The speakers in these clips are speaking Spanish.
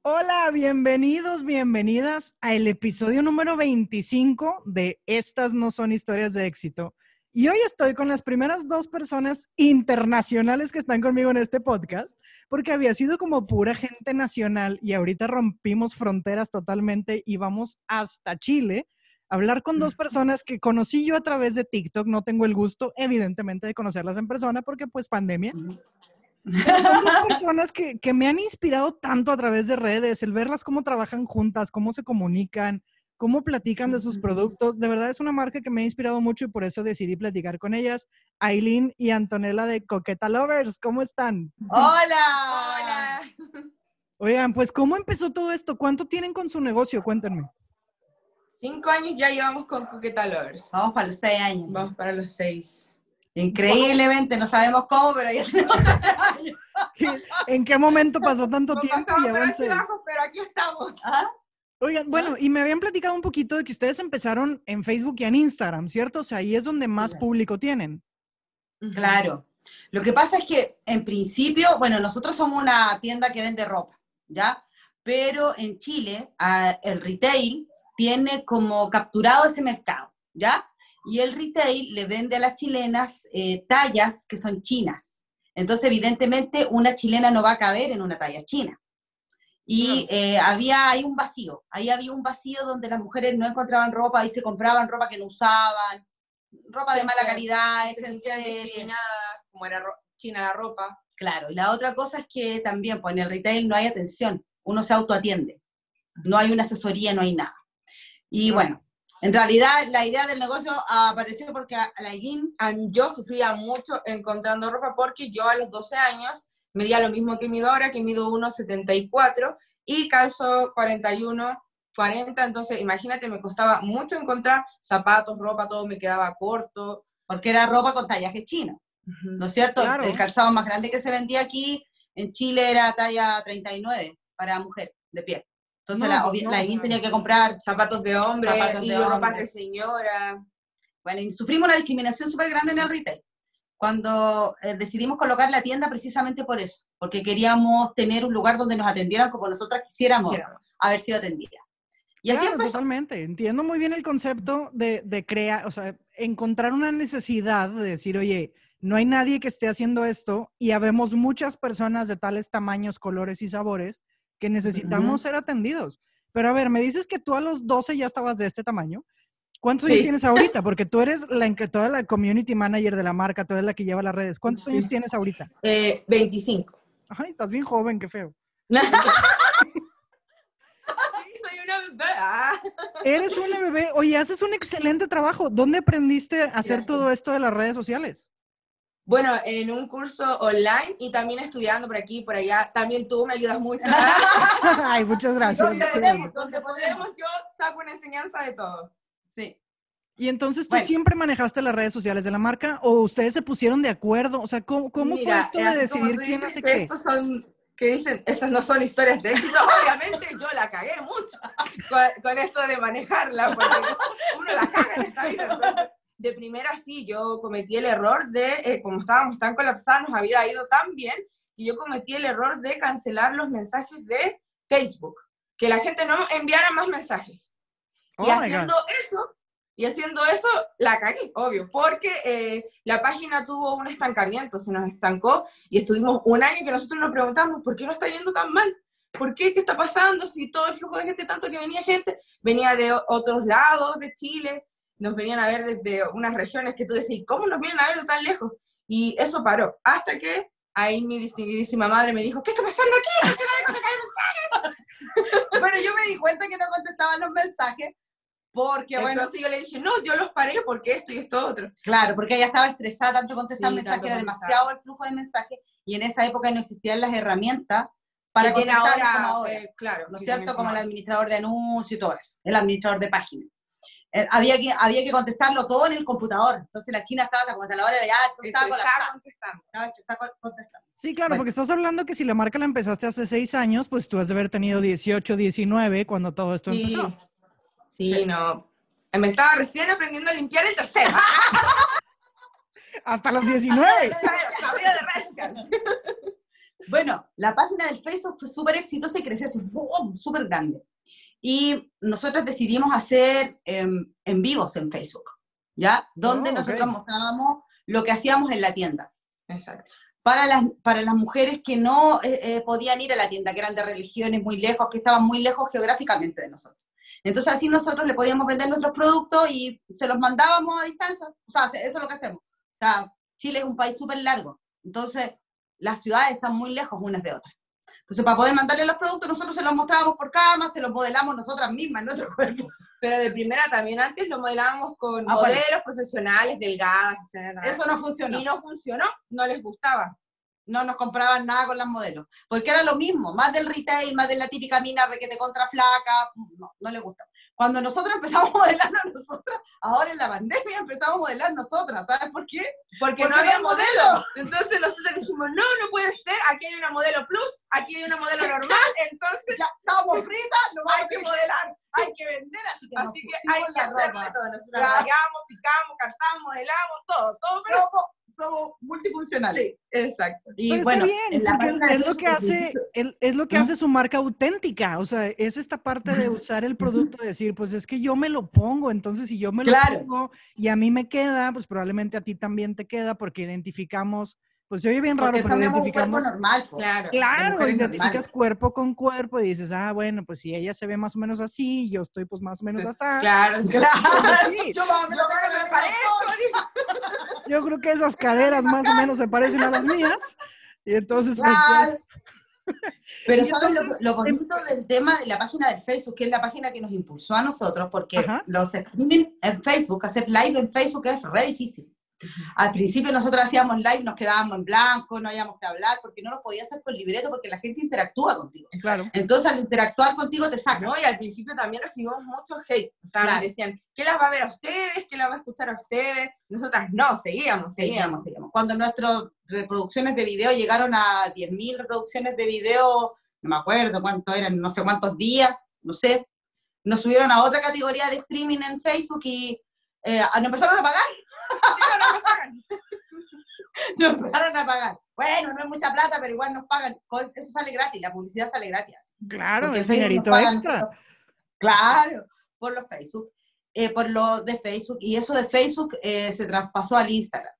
Hola, bienvenidos, bienvenidas al episodio número 25 de Estas no son historias de éxito. Y hoy estoy con las primeras dos personas internacionales que están conmigo en este podcast, porque había sido como pura gente nacional y ahorita rompimos fronteras totalmente y vamos hasta Chile a hablar con dos personas que conocí yo a través de TikTok. No tengo el gusto, evidentemente, de conocerlas en persona porque pues pandemia. Pero son dos personas que me han inspirado tanto a través de redes, el verlas cómo trabajan juntas, cómo se comunican, cómo platican de sus productos. De verdad es una marca que me ha inspirado mucho y por eso decidí platicar con ellas. Aileen y Antonella de Coqueta Lovers, ¿cómo están? ¡Hola! Oigan, pues ¿cómo empezó todo esto? ¿Cuánto tienen con su negocio? Cuéntenme. 5 años ya llevamos con Coqueta Lovers. Vamos para los 6 años. Vamos para los 6. Increíblemente, no sabemos cómo, pero ya tenemos 6 años. ¿En qué momento pasó tanto No tiempo? pasamos Y por avancé. altibajos, pero aquí estamos. ¿Ah? Oigan, bueno, y me habían platicado un poquito de que ustedes empezaron en Facebook y en Instagram, ¿cierto? O sea, ahí es donde más público tienen. Claro. Lo que pasa es que, en principio, bueno, nosotros somos una tienda que vende ropa, ¿ya? Pero en Chile, el retail tiene como capturado ese mercado, ¿ya? Y el retail le vende a las chilenas tallas que son chinas. Entonces, evidentemente, una chilena no va a caber en una talla china. Y había ahí un vacío. Ahí había un vacío donde las mujeres no encontraban ropa, ahí se compraban ropa que no usaban, ropa de mala calidad, esencia de... Como era china la ropa. Claro, y la otra cosa es que también, pues en el retail no hay atención, uno se autoatiende, no hay una asesoría, no hay nada. Y bueno, en realidad la idea del negocio apareció porque a la Aileen... Yo sufría mucho encontrando ropa porque yo a los 12 años medía lo mismo que mido ahora, que mido 1,74 y calzo 41, 40, entonces imagínate, me costaba mucho encontrar zapatos, ropa, todo me quedaba corto. Porque era ropa con tallaje chino, ¿no es cierto? Claro. El calzado más grande que se vendía aquí en Chile era talla 39 para mujer de pie. Entonces la Aileen tenía que comprar zapatos de hombre y ropa hombre. de señora. Bueno, y sufrimos una discriminación súper grande en el retail. Cuando decidimos colocar la tienda precisamente por eso, porque queríamos tener un lugar donde nos atendieran como nosotras quisiéramos haber sido atendidas. Y así Claro, empezó. totalmente. Entiendo muy bien el concepto de crear, o sea, encontrar una necesidad de decir, oye, no hay nadie que esté haciendo esto y habemos muchas personas de tales tamaños, colores y sabores que necesitamos ser atendidos. Pero a ver, me dices que tú a los 12 ya estabas de este tamaño. ¿Cuántos años tienes ahorita? Porque tú eres toda la community manager de la marca, tú eres la que lleva las redes. ¿Cuántos años tienes ahorita? 25. Ay, estás bien joven, qué feo. Soy una bebé. Eres una bebé. Oye, haces un excelente trabajo. ¿Dónde aprendiste a hacer todo esto de las redes sociales? Bueno, en un curso online y también estudiando por aquí y por allá. También tú me ayudas mucho. Ay, muchas gracias. Donde podemos, yo saco una enseñanza de todo. Sí. Y entonces, ¿tú siempre manejaste las redes sociales de la marca o ustedes se pusieron de acuerdo? O sea, ¿cómo fue esto de decidir quién hace qué? Estos son, que dicen, estas no son historias de éxito. Obviamente yo la cagué mucho con esto de manejarla, porque uno la caga en esta vida. Entonces, de primera sí, yo cometí el error de, como estábamos tan colapsados, nos había ido tan bien, y yo cometí el error de cancelar los mensajes de Facebook, que la gente no enviara más mensajes. Y haciendo eso, la cagué, obvio, porque la página tuvo un estancamiento, se nos estancó, y estuvimos un año que nosotros nos preguntamos, ¿por qué no está yendo tan mal? ¿Por qué? ¿Qué está pasando? Si todo el flujo de gente, tanto que venía gente, venía de otros lados de Chile, nos venían a ver desde unas regiones que tú decís, ¿cómo nos vienen a ver de tan lejos? Y eso paró, hasta que ahí mi distinguidísima madre me dijo, ¿qué está pasando aquí? ¿Por qué no me contestan los mensajes? Bueno, yo me di cuenta que no contestaban los mensajes, porque entonces yo le dije, no, yo los paré porque esto y esto otro. Claro, porque ella estaba estresada, tanto contestar mensajes, era demasiado el flujo de mensajes, y en esa época no existían las herramientas para contestar como ahora, claro, ¿no es cierto? Como el administrador de anuncios y todo eso, el administrador de páginas. Había que contestarlo todo en el computador, entonces la China estaba como hasta la hora de ya estaba contestando. Sí, claro, porque estás hablando que si la marca la empezaste hace 6 años, pues tú has de haber tenido 18, 19 cuando todo esto empezó. Sí, no. Me estaba recién aprendiendo a limpiar el tercero. Hasta los 19. Sabía de redes sociales. Bueno, la página del Facebook fue súper exitosa y creció así, ¡fum!, súper grande. Y nosotros decidimos hacer en vivos en Facebook, ¿ya? Donde nosotros mostrábamos lo que hacíamos en la tienda. Exacto. Para las mujeres que no podían ir a la tienda, que eran de religiones muy lejos, que estaban muy lejos geográficamente de nosotros. Entonces así nosotros le podíamos vender nuestros productos y se los mandábamos a distancia. O sea, eso es lo que hacemos. O sea, Chile es un país súper largo. Entonces las ciudades están muy lejos unas de otras. Entonces para poder mandarle los productos nosotros se los mostrábamos por cámara, se los modelamos nosotras mismas en nuestro cuerpo. Pero de primera también antes lo modelábamos con modelos profesionales, delgadas, etc. Eso no funcionó. Y no funcionó, no les gustaba. No nos compraban nada con las modelos, porque era lo mismo, más del retail, más de la típica mina requete contra flaca, no le gusta. Cuando nosotros empezamos a modelarnos nosotras, ahora en la pandemia empezamos a modelar nosotras, ¿sabes por qué? Porque no había modelo. Entonces nosotros dijimos, no puede ser, aquí hay una modelo plus, aquí hay una modelo normal, entonces ya estamos fritas, no hay que modelar, hay que vender, así que hay que hacerle todo. Nosotros rayamos, picamos, cartamos, modelamos, todo, pero somos multifuncionales. Sí, exacto. Y pero bueno, está bien, porque es lo que hace su marca auténtica. O sea, es esta parte de usar el producto, de decir, pues es que yo me lo pongo, entonces si yo me lo pongo y a mí me queda, pues probablemente a ti también te queda, porque identificamos, pues se oye bien raro, pero identificamos. Un cuerpo normal, claro, identificas normal. Cuerpo con cuerpo y dices, bueno, pues si ella se ve más o menos así, yo estoy pues más o menos así. Claro. Sí. Yo creo que esas caderas más o menos se parecen a las mías. Y entonces, claro. Pero ¿sabes lo bonito del tema de la página del Facebook? Que es la página que nos impulsó a nosotros, porque los streaming en Facebook, hacer live en Facebook es re difícil. Al principio nosotros hacíamos live, nos quedábamos en blanco, no habíamos que hablar, porque no nos podía hacer con libreto, porque la gente interactúa contigo. Claro. Entonces al interactuar contigo te saca. No, y al principio también recibimos mucho hate. O sea, nos decían, ¿qué las va a ver a ustedes? ¿Qué las va a escuchar a ustedes? Nosotras no, seguíamos. Cuando nuestras reproducciones de video llegaron a 10.000 reproducciones de video, no me acuerdo cuánto eran, no sé cuántos días, no sé, nos subieron a otra categoría de streaming en Facebook y nos empezaron a pagar. Nos empezaron a pagar. Bueno, no es mucha plata, pero igual nos pagan. Eso sale gratis, la publicidad sale gratis. Claro, el dinerito extra. Claro, por los Facebook, por lo de Facebook, y eso de Facebook se traspasó al Instagram.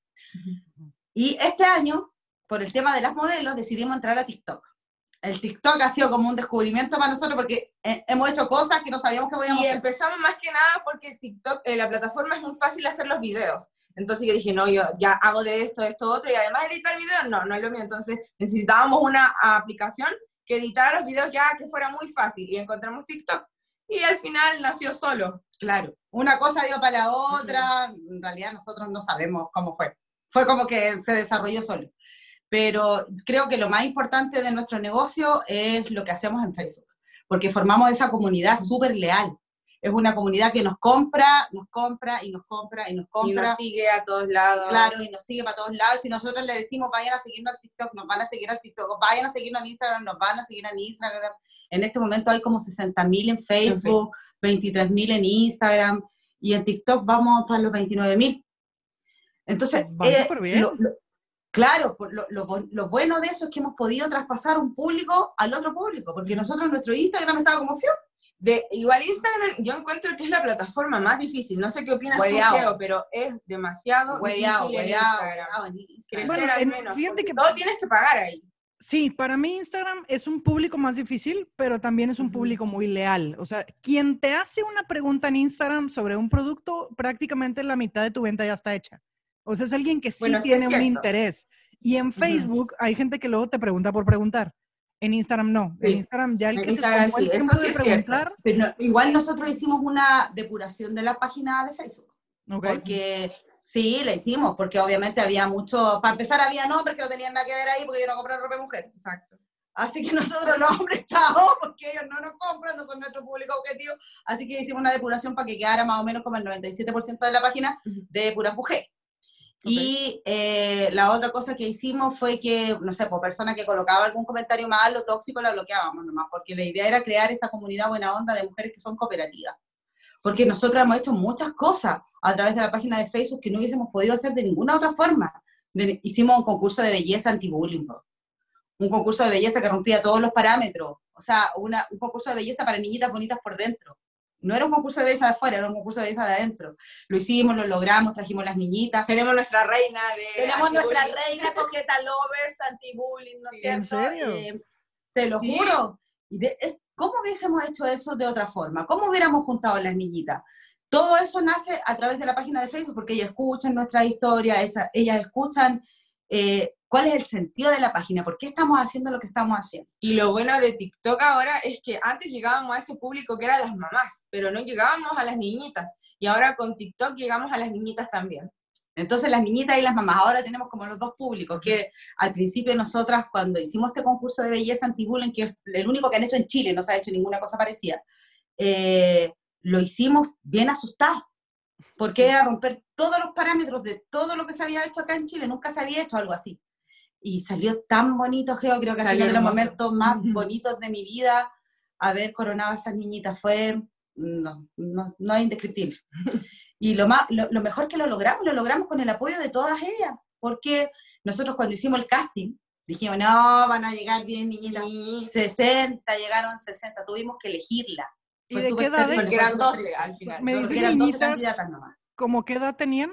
Y este año, por el tema de las modelos, decidimos entrar a TikTok. El TikTok ha sido como un descubrimiento para nosotros porque hemos hecho cosas que no sabíamos que podíamos hacer. Y empezamos más que nada porque TikTok, la plataforma es muy fácil hacer los videos. Entonces yo dije, no, yo ya hago de esto, otro, y además editar videos, no es lo mío. Entonces necesitábamos una aplicación que editara los videos ya que fuera muy fácil, y encontramos TikTok. Y al final nació solo. Claro, una cosa dio para la otra, en realidad nosotros no sabemos cómo fue. Fue como que se desarrolló solo. Pero creo que lo más importante de nuestro negocio es lo que hacemos en Facebook, porque formamos esa comunidad súper leal. Es una comunidad que nos compra y nos compra. Y nos sigue a todos lados. Claro, y nos sigue para todos lados. Si nosotros le decimos vayan a seguirnos al TikTok, nos van a seguir al TikTok. Vayan a seguirnos en Instagram, nos van a seguir en Instagram. En este momento hay como 60.000 en Facebook, 23.000 en Instagram, y en TikTok vamos para los 29.000. Entonces, claro, lo bueno de eso es que hemos podido traspasar un público al otro público, porque nosotros nuestro Instagram estaba como fiel. Igual Instagram, yo encuentro que es la plataforma más difícil. No sé qué opinas tú, Geo, pero es demasiado difícil en Instagram. Crecer al menos, fíjate que todo tienes que pagar ahí. Sí, para mí Instagram es un público más difícil, pero también es un público muy leal. O sea, quien te hace una pregunta en Instagram sobre un producto, prácticamente la mitad de tu venta ya está hecha. O sea, es alguien que sí tiene un interés. Y en Facebook hay gente que luego te pregunta por preguntar. En Instagram no. En Instagram ya el que se tomó el tiempo de preguntar. Pero no, igual nosotros hicimos una depuración de la página de Facebook. Porque sí, la hicimos, porque obviamente había mucho, para empezar había hombres que no tenían nada que ver ahí porque yo no compré ropa de mujer. Exacto. Así que nosotros los hombres chao, porque ellos no nos compran, no son nuestro público objetivo. Así que hicimos una depuración para que quedara más o menos como el 97% de la página de puras mujeres. Y la otra cosa que hicimos fue que, no sé, por persona que colocaba algún comentario malo, tóxico, la bloqueábamos nomás, porque la idea era crear esta comunidad buena onda de mujeres que son cooperativas. Porque nosotros hemos hecho muchas cosas a través de la página de Facebook que no hubiésemos podido hacer de ninguna otra forma. Hicimos un concurso de belleza anti-bullying, un concurso de belleza que rompía todos los parámetros, o sea, un concurso de belleza para niñitas bonitas por dentro. No era un concurso de belleza de afuera, era un concurso de belleza de adentro. Lo hicimos, lo logramos, trajimos las niñitas. Tenemos nuestra reina de Tenemos nuestra reina coqueta lovers, anti-bullying, ¿no es cierto? ¿En serio? Te lo Sí. juro. ¿Cómo hubiésemos hecho eso de otra forma? ¿Cómo hubiéramos juntado a las niñitas? Todo eso nace a través de la página de Facebook, porque ellas escuchan nuestra historia, ellas escuchan cuál es el sentido de la página, por qué estamos haciendo lo que estamos haciendo. Y lo bueno de TikTok ahora es que antes llegábamos a ese público que eran las mamás, pero no llegábamos a las niñitas. Y ahora con TikTok llegamos a las niñitas también. Entonces las niñitas y las mamás, ahora tenemos como los dos públicos, que al principio nosotras cuando hicimos este concurso de belleza anti-bullying, que es el único que han hecho en Chile, no se ha hecho ninguna cosa parecida, lo hicimos bien asustados, porque era romper todos los parámetros de todo lo que se había hecho acá en Chile, nunca se había hecho algo así. Y salió tan bonito, Geo, creo que ha sido uno de los momentos más bonitos de mi vida, haber coronado a esas niñitas, fue, no es indescriptible. Y lo mejor que lo logramos con el apoyo de todas ellas, porque nosotros cuando hicimos el casting, dijimos, no, van a llegar 10 niñitas, Sí. 60, llegaron 60, tuvimos que elegirla. ¿Y Fue de qué súper edades? terrible, Porque fue eran súper 12 triste. al final. Me Porque dicen eran 12 niñitas, candidatas nomás. ¿cómo qué edad tenían?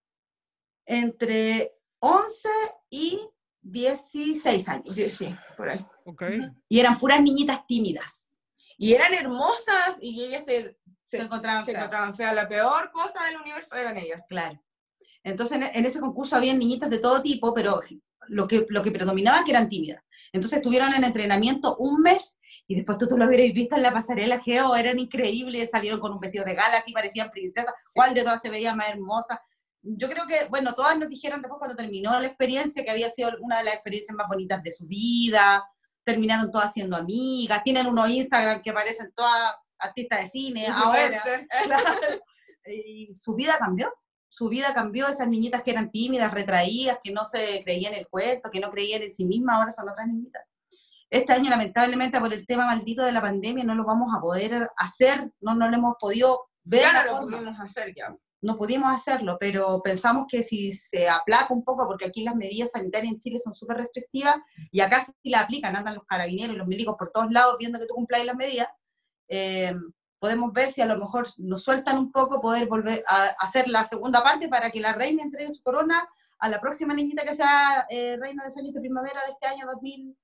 Entre 11 y 16 años. Sí, sí, por ahí. Ok. Y eran puras niñitas tímidas. Y eran hermosas y ellas se encontraban feas. encontraban feas. La peor cosa del universo eran ellas. Claro. Entonces en ese concurso había niñitas de todo tipo, pero lo que predominaba que eran tímidas. Entonces estuvieron en entrenamiento un mes y después tú lo hubieras visto en la pasarela, Geo, eran increíbles, salieron con un vestido de gala, así parecían princesas, cuál de todas se veía más hermosa. Yo creo que, bueno, todas nos dijeron después cuando terminó la experiencia que había sido una de las experiencias más bonitas de su vida, terminaron todas siendo amigas, tienen unos Instagram que parecen todas artistas de cine, ahora. Claro. Y su vida cambió, esas niñitas que eran tímidas, retraídas, que no se creían el cuento, que no creían en sí mismas, ahora son otras niñitas. Este año, lamentablemente, por el tema maldito de la pandemia, no lo vamos a poder hacer, no lo hemos podido ver. Ya no lo pudimos hacer ya. No pudimos hacerlo, pero pensamos que si se aplaca un poco, porque aquí las medidas sanitarias en Chile son súper restrictivas, y acá sí las aplican, andan los carabineros y los milicos por todos lados viendo que tú cumpláis las medidas, podemos ver si a lo mejor nos sueltan un poco, poder volver a hacer la segunda parte para que la reina entregue su corona a la próxima niñita que sea reina de Solís de Primavera de este año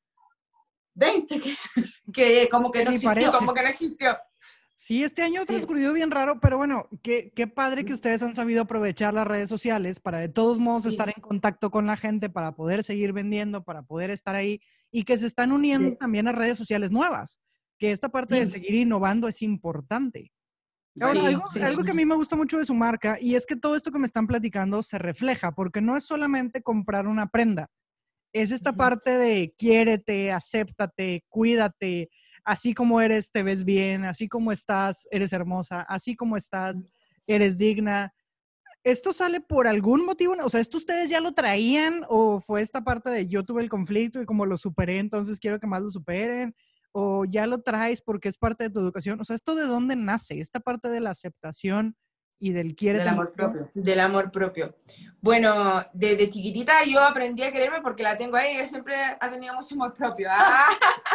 2020, que como que no Ni existió. parece. Como que no existió. Sí, este año ha Sí. transcurrido bien raro, pero bueno, qué padre que ustedes han sabido aprovechar las redes sociales para de todos modos Sí. estar en contacto con la gente, para poder seguir vendiendo, para poder estar ahí y que se están uniendo Sí. también a redes sociales nuevas, que esta parte de Sí. seguir innovando es importante. Ahora, Sí, algo, sí. algo que a mí me gusta mucho de su marca y es que todo esto que me están platicando se refleja, porque no es solamente comprar una prenda, es esta Ujú. parte de quiérete, acéptate, cuídate, así como eres, te ves bien, así como estás, eres hermosa, así como estás, eres digna. ¿Esto sale por algún motivo? O sea, ¿esto ustedes ya lo traían o fue esta parte de yo tuve el conflicto y como lo superé, entonces quiero que más lo superen? ¿O ya lo traes porque es parte de tu educación? O sea, ¿esto de dónde nace? Esta parte de la aceptación y del quiérete. Del amor propio. Del amor propio. Bueno, desde chiquitita yo aprendí a quererme porque la tengo ahí, ella siempre ha tenido mucho amor propio. ¡Ah!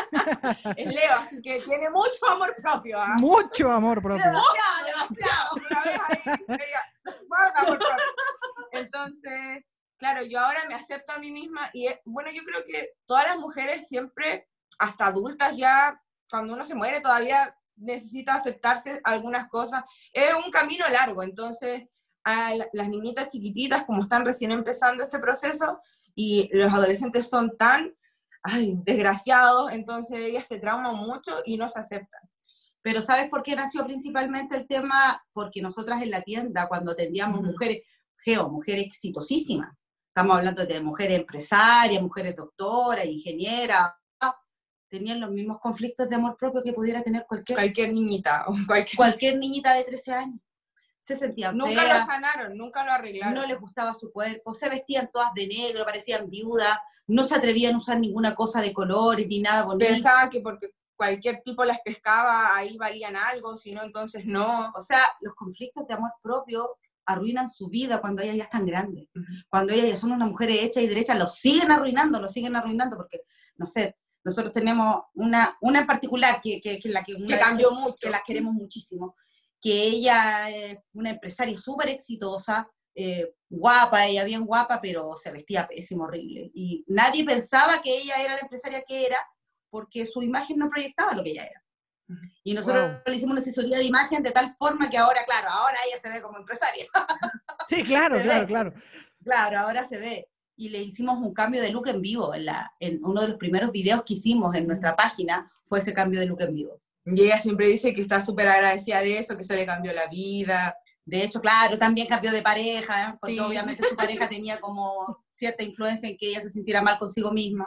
Es Leo, así que tiene mucho amor propio. ¿Ah? Mucho amor propio. Demasiado. Una vez ahí, ella, más amor propio. Entonces, claro, yo ahora me acepto a mí misma y bueno, yo creo que todas las mujeres siempre, hasta adultas ya, cuando uno se muere todavía necesita aceptarse algunas cosas. Es un camino largo, entonces a las niñitas chiquititas, como están recién empezando este proceso, y los adolescentes son tan desgraciados, entonces ellas se trauman mucho y no se aceptan. Pero ¿sabes por qué nació principalmente el tema? Porque nosotras en la tienda, cuando atendíamos mujeres exitosísimas, estamos hablando de mujeres empresarias, mujeres doctoras, ingenieras, tenían los mismos conflictos de amor propio que pudiera tener Cualquier niñita. O cualquier niñita de 13 años. Se sentían nunca feas, lo sanaron, nunca lo arreglaron. no les gustaba su cuerpo, se vestían todas de negro, parecían viudas, no se atrevían a usar ninguna cosa de colores ni nada bonito. Pensaban que porque cualquier tipo las pescaba, ahí valían algo, si no, entonces no. O sea, los conflictos de amor propio arruinan su vida cuando ellas ya están grandes. Cuando ellas ya son unas mujeres hechas y derechas, los siguen arruinando, porque no sé, nosotros tenemos una en particular que cambió mucho, que la queremos muchísimo, que ella es una empresaria súper exitosa, guapa, ella bien guapa, pero se vestía pésimo, horrible. Y nadie pensaba que ella era la empresaria que era, porque su imagen no proyectaba lo que ella era. Y nosotros le hicimos una asesoría de imagen de tal forma que ahora, claro, ahora ella se ve como empresaria. Sí, claro. Claro, ahora se ve. Y le hicimos un cambio de look en vivo. En uno de los primeros videos que hicimos en nuestra página fue ese cambio de look en vivo. Y ella siempre dice que está súper agradecida de eso, que eso le cambió la vida. De hecho, claro, también cambió de pareja, porque Sí. obviamente su pareja tenía como cierta influencia en que ella se sintiera mal consigo misma.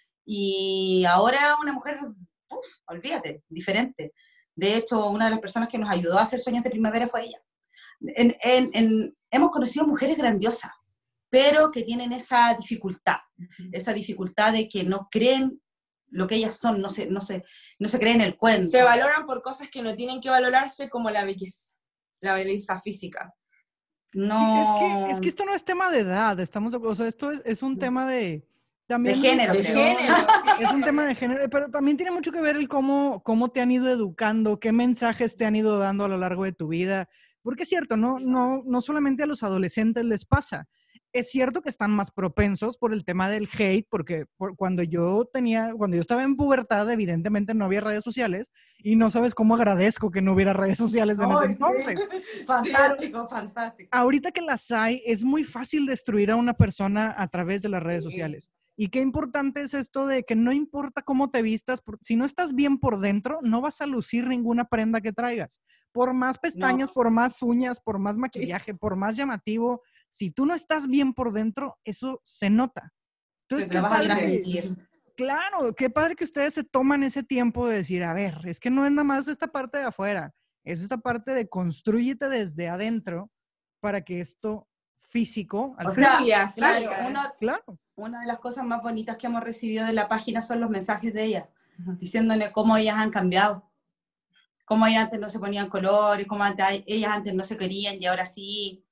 Y ahora una mujer, olvídate, diferente. De hecho, una de las personas que nos ayudó a hacer Sueños de Primavera fue ella. Hemos conocido mujeres grandiosas, pero que tienen esa dificultad de que no creen lo que ellas son, no se creen el cuento. Se valoran por cosas que no tienen que valorarse, como la belleza física. No. Sí, es que esto no es tema de edad, o sea, esto es un tema de... También de género. Es un tema de género, pero también tiene mucho que ver el cómo te han ido educando, qué mensajes te han ido dando a lo largo de tu vida. Porque es cierto, no solamente a los adolescentes les pasa. Es cierto que están más propensos por el tema del hate, porque cuando yo estaba en pubertad, evidentemente no había redes sociales, y no sabes cómo agradezco que no hubiera redes sociales en ese entonces. Fantástico. Ahorita que las hay, es muy fácil destruir a una persona a través de las redes sociales. Y qué importante es esto de que no importa cómo te vistas, si no estás bien por dentro, no vas a lucir ninguna prenda que traigas. Por más pestañas, por más uñas, por más maquillaje, por más llamativo, si tú no estás bien por dentro, eso se nota. Entonces, qué padre. Claro, qué padre que ustedes se toman ese tiempo de decir, a ver, es que no es nada más esta parte de afuera, es esta parte de construyete desde adentro para que esto físico al fluya. Claro. Una de las cosas más bonitas que hemos recibido de la página son los mensajes de ellas, diciéndole cómo ellas han cambiado, cómo ellas antes no se ponían colores, cómo ellas antes no se querían y ahora sí,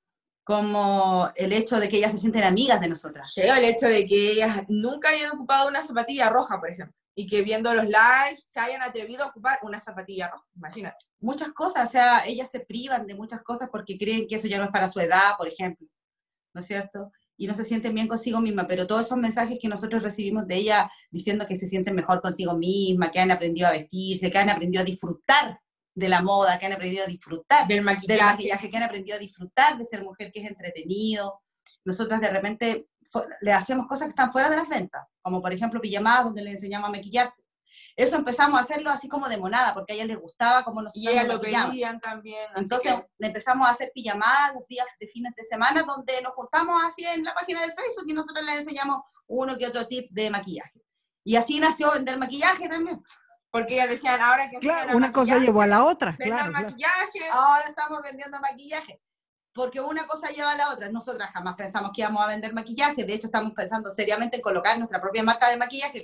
como el hecho de que ellas se sienten amigas de nosotras. Llega el hecho de que ellas nunca hayan ocupado una zapatilla roja, por ejemplo, y que viendo los lives se hayan atrevido a ocupar una zapatilla roja, imagínate. Muchas cosas, o sea, ellas se privan de muchas cosas porque creen que eso ya no es para su edad, por ejemplo, ¿no es cierto? Y no se sienten bien consigo misma, pero todos esos mensajes que nosotros recibimos de ella diciendo que se sienten mejor consigo misma, que han aprendido a vestirse, que han aprendido a disfrutar de la moda, que han aprendido a disfrutar del maquillaje, que han aprendido a disfrutar de ser mujer, que es entretenido. Nosotras de repente le hacemos cosas que están fuera de las ventas, como por ejemplo pijamadas donde le enseñamos a maquillarse. Eso empezamos a hacerlo así como de monada, porque a ellas les gustaba como nosotros y ellas lo pedían también. Entonces le empezamos a hacer pijamadas los días de fines de semana, donde nos juntamos así en la página del Facebook y nosotros les enseñamos uno que otro tip de maquillaje. Y así nació vender maquillaje también. Porque ellas decían, ahora que... Claro, una cosa llevó a la otra. Claro. Maquillaje. Ahora estamos vendiendo maquillaje. Porque una cosa lleva a la otra. Nosotras jamás pensamos que íbamos a vender maquillaje. De hecho, estamos pensando seriamente en colocar nuestra propia marca de maquillaje,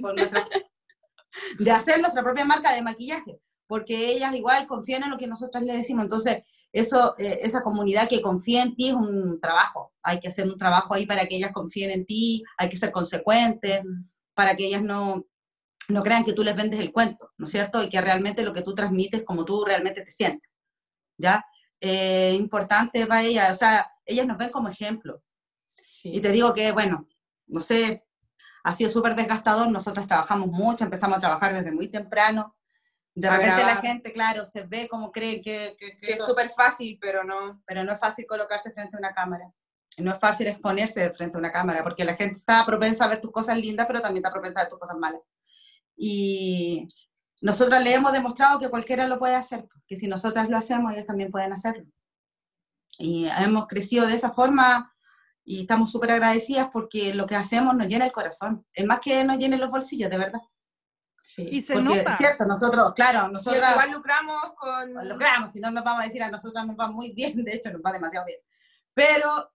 de hacer nuestra propia marca de maquillaje. Porque ellas igual confían en lo que nosotras les decimos. Entonces, esa comunidad que confía en ti es un trabajo. Hay que hacer un trabajo ahí para que ellas confíen en ti. Hay que ser consecuentes, para que ellas no crean que tú les vendes el cuento, ¿no es cierto? Y que realmente lo que tú transmites como tú realmente te sientes, ¿ya? Importante para ellas, o sea, ellas nos ven como ejemplo. Sí. Y te digo que, bueno, no sé, ha sido súper desgastador, nosotros trabajamos mucho, empezamos a trabajar desde muy temprano, de repente la gente, claro, se ve como cree que es súper fácil, pero no es fácil colocarse frente a una cámara. No es fácil exponerse frente a una cámara, porque la gente está propensa a ver tus cosas lindas, pero también está propensa a ver tus cosas malas. Y nosotras le hemos demostrado que cualquiera lo puede hacer, que si nosotras lo hacemos, ellos también pueden hacerlo. Y hemos crecido de esa forma y estamos súper agradecidas porque lo que hacemos nos llena el corazón. Es más que nos llene los bolsillos, de verdad. Sí. Y se porque, nota. Es cierto, nosotros, claro, nosotras... Igual lucramos con... Lucramos, si no nos vamos a decir, a nosotras nos va muy bien, de hecho nos va demasiado bien. Pero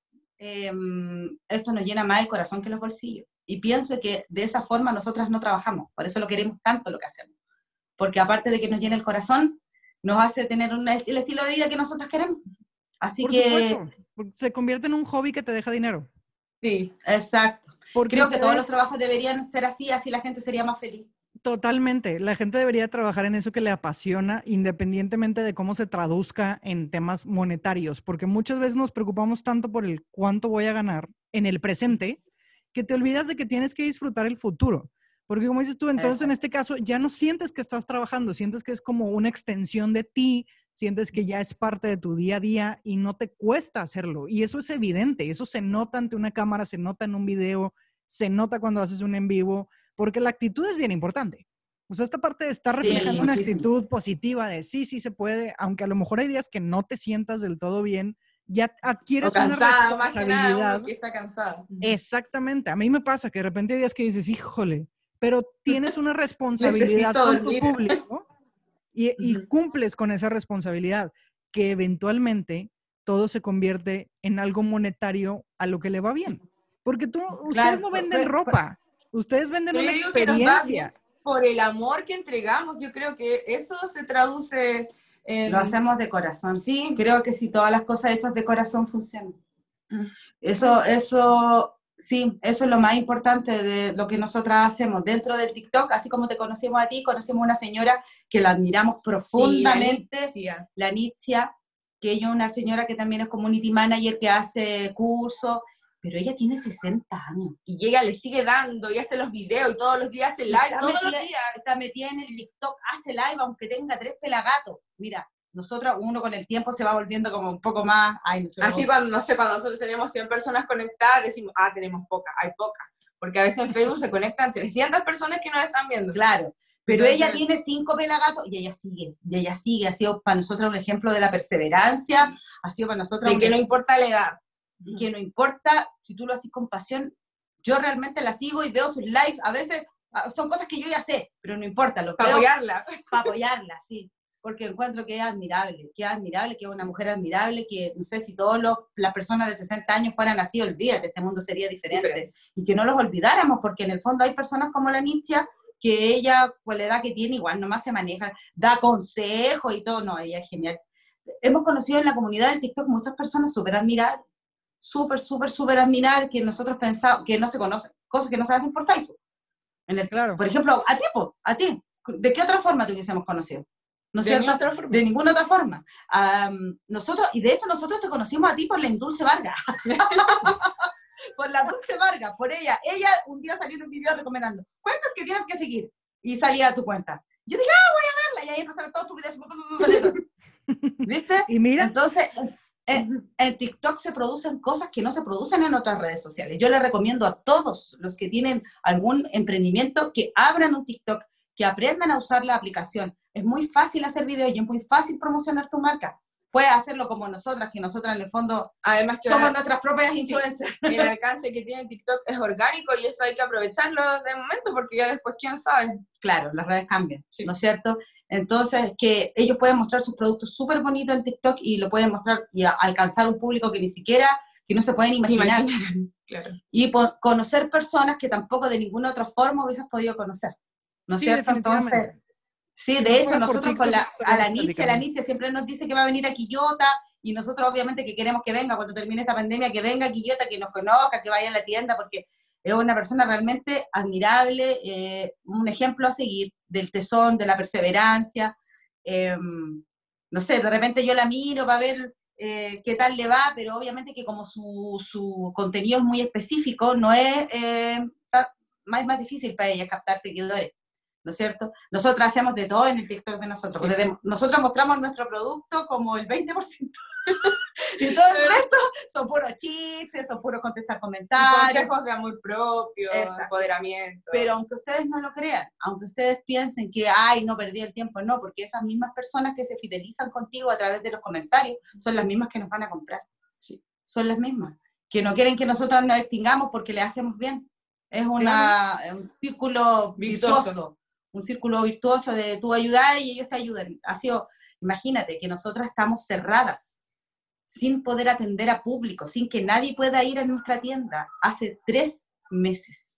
esto nos llena más el corazón que los bolsillos. Y pienso que de esa forma nosotras no trabajamos, por eso lo queremos tanto lo que hacemos. Porque aparte de que nos llena el corazón, nos hace tener el estilo de vida que nosotras queremos. Así por que... supuesto, se convierte en un hobby que te deja dinero. Sí, exacto. Porque Creo que todos los ustedes- trabajos deberían ser así, así la gente sería más feliz. Totalmente. La gente debería trabajar en eso que le apasiona, independientemente de cómo se traduzca en temas monetarios, porque muchas veces nos preocupamos tanto por el cuánto voy a ganar en el presente, que te olvidas de que tienes que disfrutar el futuro. Porque como dices tú, entonces en Exacto. este caso ya no sientes que estás trabajando, sientes que es como una extensión de ti, sientes que ya es parte de tu día a día y no te cuesta hacerlo. Y eso es evidente, eso se nota ante una cámara, se nota en un video, se nota cuando haces un en vivo, porque la actitud es bien importante. O sea, esta parte de estar Sí, reflejando una muchísimo. actitud positiva de sí, sí se puede, aunque a lo mejor hay días que no te sientas del todo bien, ya O adquieres una cansada, más que nada, responsabilidad. uno que está cansado. Exactamente. A mí me pasa que de repente hay días que dices, híjole, pero tienes una responsabilidad Necesito con tu dormir. público y Ujú. cumples con esa responsabilidad, que eventualmente todo se convierte en algo monetario a lo que le va bien. Porque ustedes Claro, no venden ropa, ustedes venden Pero una yo digo que nos va bien experiencia. por el amor que entregamos. Yo creo que eso se traduce lo en... hacemos de corazón. Sí. Creo que si todas las cosas hechas de corazón funcionan. Mm. Sí, eso es lo más importante de lo que nosotras hacemos. Dentro del TikTok, así como te conocimos a ti, conocimos a una señora que la admiramos profundamente, Sí, la Nitzia, que ella es una señora que también es community manager, que hace cursos, pero ella tiene 60 años. y llega, le sigue dando y hace los videos y todos los días hace live, todos los días. Está metida en el TikTok, hace live aunque tenga 3 pelagatos. Mira, nosotros, uno con el tiempo se va volviendo como un poco más... Así cuando, no sé, cuando nosotros tenemos 100 personas conectadas, decimos, tenemos pocas, hay pocas. Porque a veces en Facebook se conectan 300 personas que nos están viendo. Claro, pero Entonces, ella tiene 5 pelagatos y ella sigue, ha sido para nosotros un ejemplo de la perseverancia, ha sido para nosotros de que no importa la edad. y que no importa si tú lo haces con pasión. Yo realmente la sigo y veo sus lives, a veces son cosas que yo ya sé, pero no importa, los Para veo apoyarla. para apoyarla, sí, porque encuentro que es admirable, que es una mujer admirable, que no sé si todas las personas de 60 años fueran así, olvídate, este mundo sería diferente. Y que no los olvidáramos, porque en el fondo hay personas como la Nitzia, que ella, por la edad que tiene, igual nomás se maneja, da consejos y todo, no, ella es genial. Hemos conocido en la comunidad del TikTok muchas personas súper admirables, súper admirables, que nosotros pensamos, que no se conocen, cosas que no se hacen por Facebook. Claro. Por ejemplo, a ti, ¿de qué otra forma te hubiésemos conocido? ¿No es cierto? De ninguna otra forma. Nosotros, y de hecho nosotros te conocimos a ti por la Dulce Vargas. Por la Dulce Vargas, por ella. Ella un día salió en un video recomendando cuentas que tienes que seguir. Y salía a tu cuenta. Yo dije, voy a verla. Y ahí empecé a ver todos tus videos. ¿Viste? Y mira. Entonces, en TikTok se producen cosas que no se producen en otras redes sociales. Yo le recomiendo a todos los que tienen algún emprendimiento que abran un TikTok, que aprendan a usar la aplicación. Es muy fácil hacer videos y es muy fácil promocionar tu marca. Puedes hacerlo como nosotras, que nosotras en el fondo además que somos nuestras propias influencers. El alcance que tiene TikTok es orgánico y eso hay que aprovecharlo de momento porque ya después, ¿quién sabe? Claro, las redes cambian, ¿no es cierto? Entonces, que ellos pueden mostrar sus productos súper bonitos en TikTok y lo pueden mostrar y alcanzar un público que ni siquiera, que no se pueden imaginar. Claro. Y conocer personas que tampoco de ninguna otra forma hubieses podido conocer, ¿no es cierto? Entonces, sí, de hecho, nosotros con a la Nitzia siempre nos dice que va a venir a Quillota y nosotros obviamente que queremos que venga cuando termine esta pandemia, que venga a Quillota, que nos conozca, que vaya a la tienda, porque es una persona realmente admirable, un ejemplo a seguir del tesón, de la perseverancia. No sé, de repente yo la miro para ver qué tal le va, pero obviamente que como su contenido es muy específico, no es, es más difícil para ella captar seguidores, ¿no es cierto? Nosotros hacemos de todo en el TikTok de nosotros. Sí. Nosotros mostramos nuestro producto como el 20%. Y todo el resto son puros chistes, son puros contestar comentarios. Consejos de amor propio, empoderamiento. Pero aunque ustedes no lo crean, aunque ustedes piensen que, no perdí el tiempo, no, porque esas mismas personas que se fidelizan contigo a través de los comentarios son las mismas que nos van a comprar. Sí. Son las mismas. Que no quieren que nosotras nos extingamos porque le hacemos bien. Es un círculo virtuoso. Un círculo virtuoso de tú ayudar y ellos te ayudan. Ha sido, imagínate, que nosotras estamos cerradas, sin poder atender a público, sin que nadie pueda ir a nuestra tienda, hace 3 meses.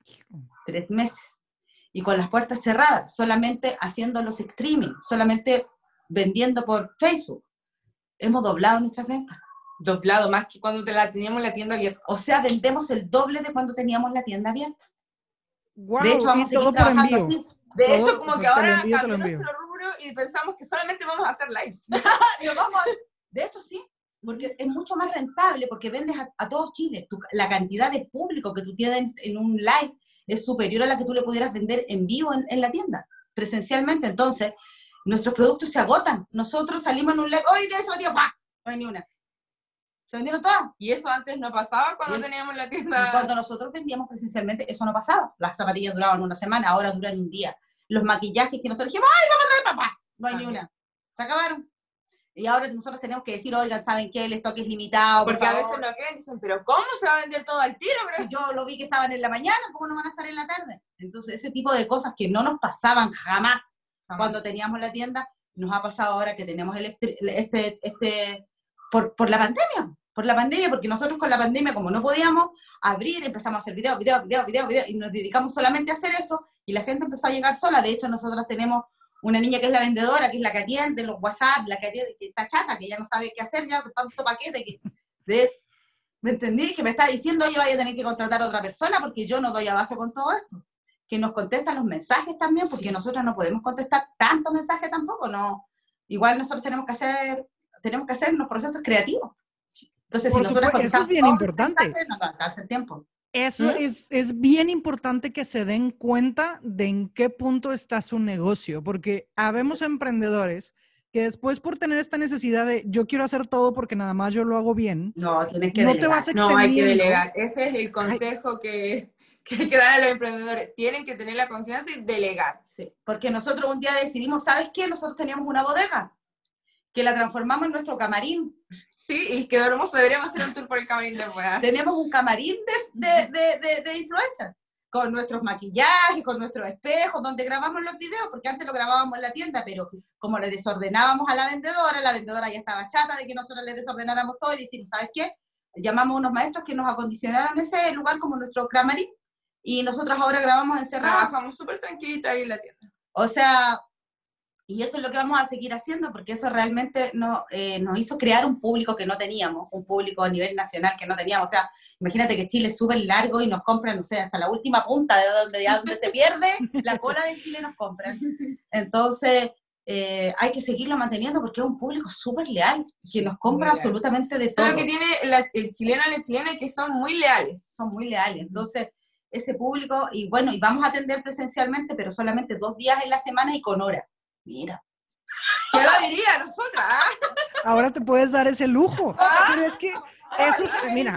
3 meses. Y con las puertas cerradas, solamente haciendo los streaming, solamente vendiendo por Facebook. Hemos doblado nuestras ventas. Doblado, más que cuando teníamos la tienda abierta. O sea, vendemos el doble de cuando teníamos la tienda abierta. Wow, De hecho, vamos a y seguir todo por trabajando envío. así. De Todo, hecho, como o sea, que te lo ahora envío, te lo cambió envío. nuestro rubro y pensamos que solamente vamos a hacer lives. De hecho, sí, porque es mucho más rentable, porque vendes a todo Chile. La cantidad de público que tú tienes en un live es superior a la que tú le pudieras vender en vivo en la tienda, presencialmente. Entonces, nuestros productos se agotan. Nosotros salimos en un live, ¡oye, ese batido! ¡Pah! No hay ni una. Se vendieron todas. Y eso antes no pasaba cuando teníamos la tienda. Cuando nosotros vendíamos presencialmente, eso no pasaba. Las zapatillas duraban una semana, ahora duran un día. Los maquillajes que nosotros dijimos, ¡ay, vamos a traer papá! No hay ni una. Se acabaron. Y ahora nosotros tenemos que decir, oigan, ¿saben qué? El stock es limitado, porque a veces no creen, dicen, pero ¿cómo se va a vender todo al tiro? Pero... Si yo lo vi que estaban en la mañana, ¿cómo no van a estar en la tarde? Entonces, ese tipo de cosas que no nos pasaban jamás cuando teníamos la tienda, nos ha pasado ahora que tenemos por la pandemia. Por la pandemia, porque nosotros con la pandemia, como no podíamos abrir, empezamos a hacer videos, y nos dedicamos solamente a hacer eso, y la gente empezó a llegar sola. De hecho, nosotros tenemos una niña que es la vendedora, que es la que atiende los WhatsApp, la que atiende, que está chata, que ya no sabe qué hacer ya, con tanto paquete, ¿me entendí? Que me está diciendo, oye, vaya a tener que contratar a otra persona porque yo no doy abasto con todo esto. Que nos contestan los mensajes también, porque sí. nosotros no podemos contestar tantos mensajes tampoco, no. Igual nosotros tenemos que hacer los procesos creativos. Entonces, Por si nosotros supuesto, eso es bien importante. mensajes, no nos alcanza el tiempo. Eso es bien importante que se den cuenta de en qué punto está su negocio, porque habemos emprendedores que después por tener esta necesidad de yo quiero hacer todo porque nada más yo lo hago bien, no, tienes que no delegar. te vas No, hay que extendiendo. delegar. Ese es el consejo que hay que dar a los emprendedores. Tienen que tener la confianza y delegar. Sí, porque nosotros un día decidimos, ¿sabes qué? Nosotros teníamos una bodega que la transformamos en nuestro camarín. Sí, y quedó hermoso. Deberíamos hacer un tour por el camarín de Weá. Tenemos un camarín de influencer, con nuestros maquillajes, con nuestros espejos, donde grabamos los videos, porque antes lo grabábamos en la tienda, pero como le desordenábamos a la vendedora ya estaba chata de que nosotros le desordenáramos todo, y decimos, ¿sabes qué? Llamamos a unos maestros que nos acondicionaron ese lugar como nuestro camarín, y nosotros ahora grabamos encerrados. Trabajamos súper tranquilita ahí en la tienda. O sea, y eso es lo que vamos a seguir haciendo, porque eso realmente nos hizo crear un público que no teníamos, un público a nivel nacional que no teníamos. O sea, imagínate que Chile es súper largo y nos compran, no sé, hasta la última punta de donde se pierde, la cola de Chile nos compran. Entonces, hay que seguirlo manteniendo porque es un público súper leal, que nos compra absolutamente de todo. Lo que tiene el chileno y la chilena es que son muy leales. Son muy leales. Entonces, ese público, y bueno, y vamos a atender presencialmente, pero solamente 2 días en la semana y con hora. Mira. ¿Qué lo diría nosotras? Ahora te puedes dar ese lujo. Pero es que eso es, mira,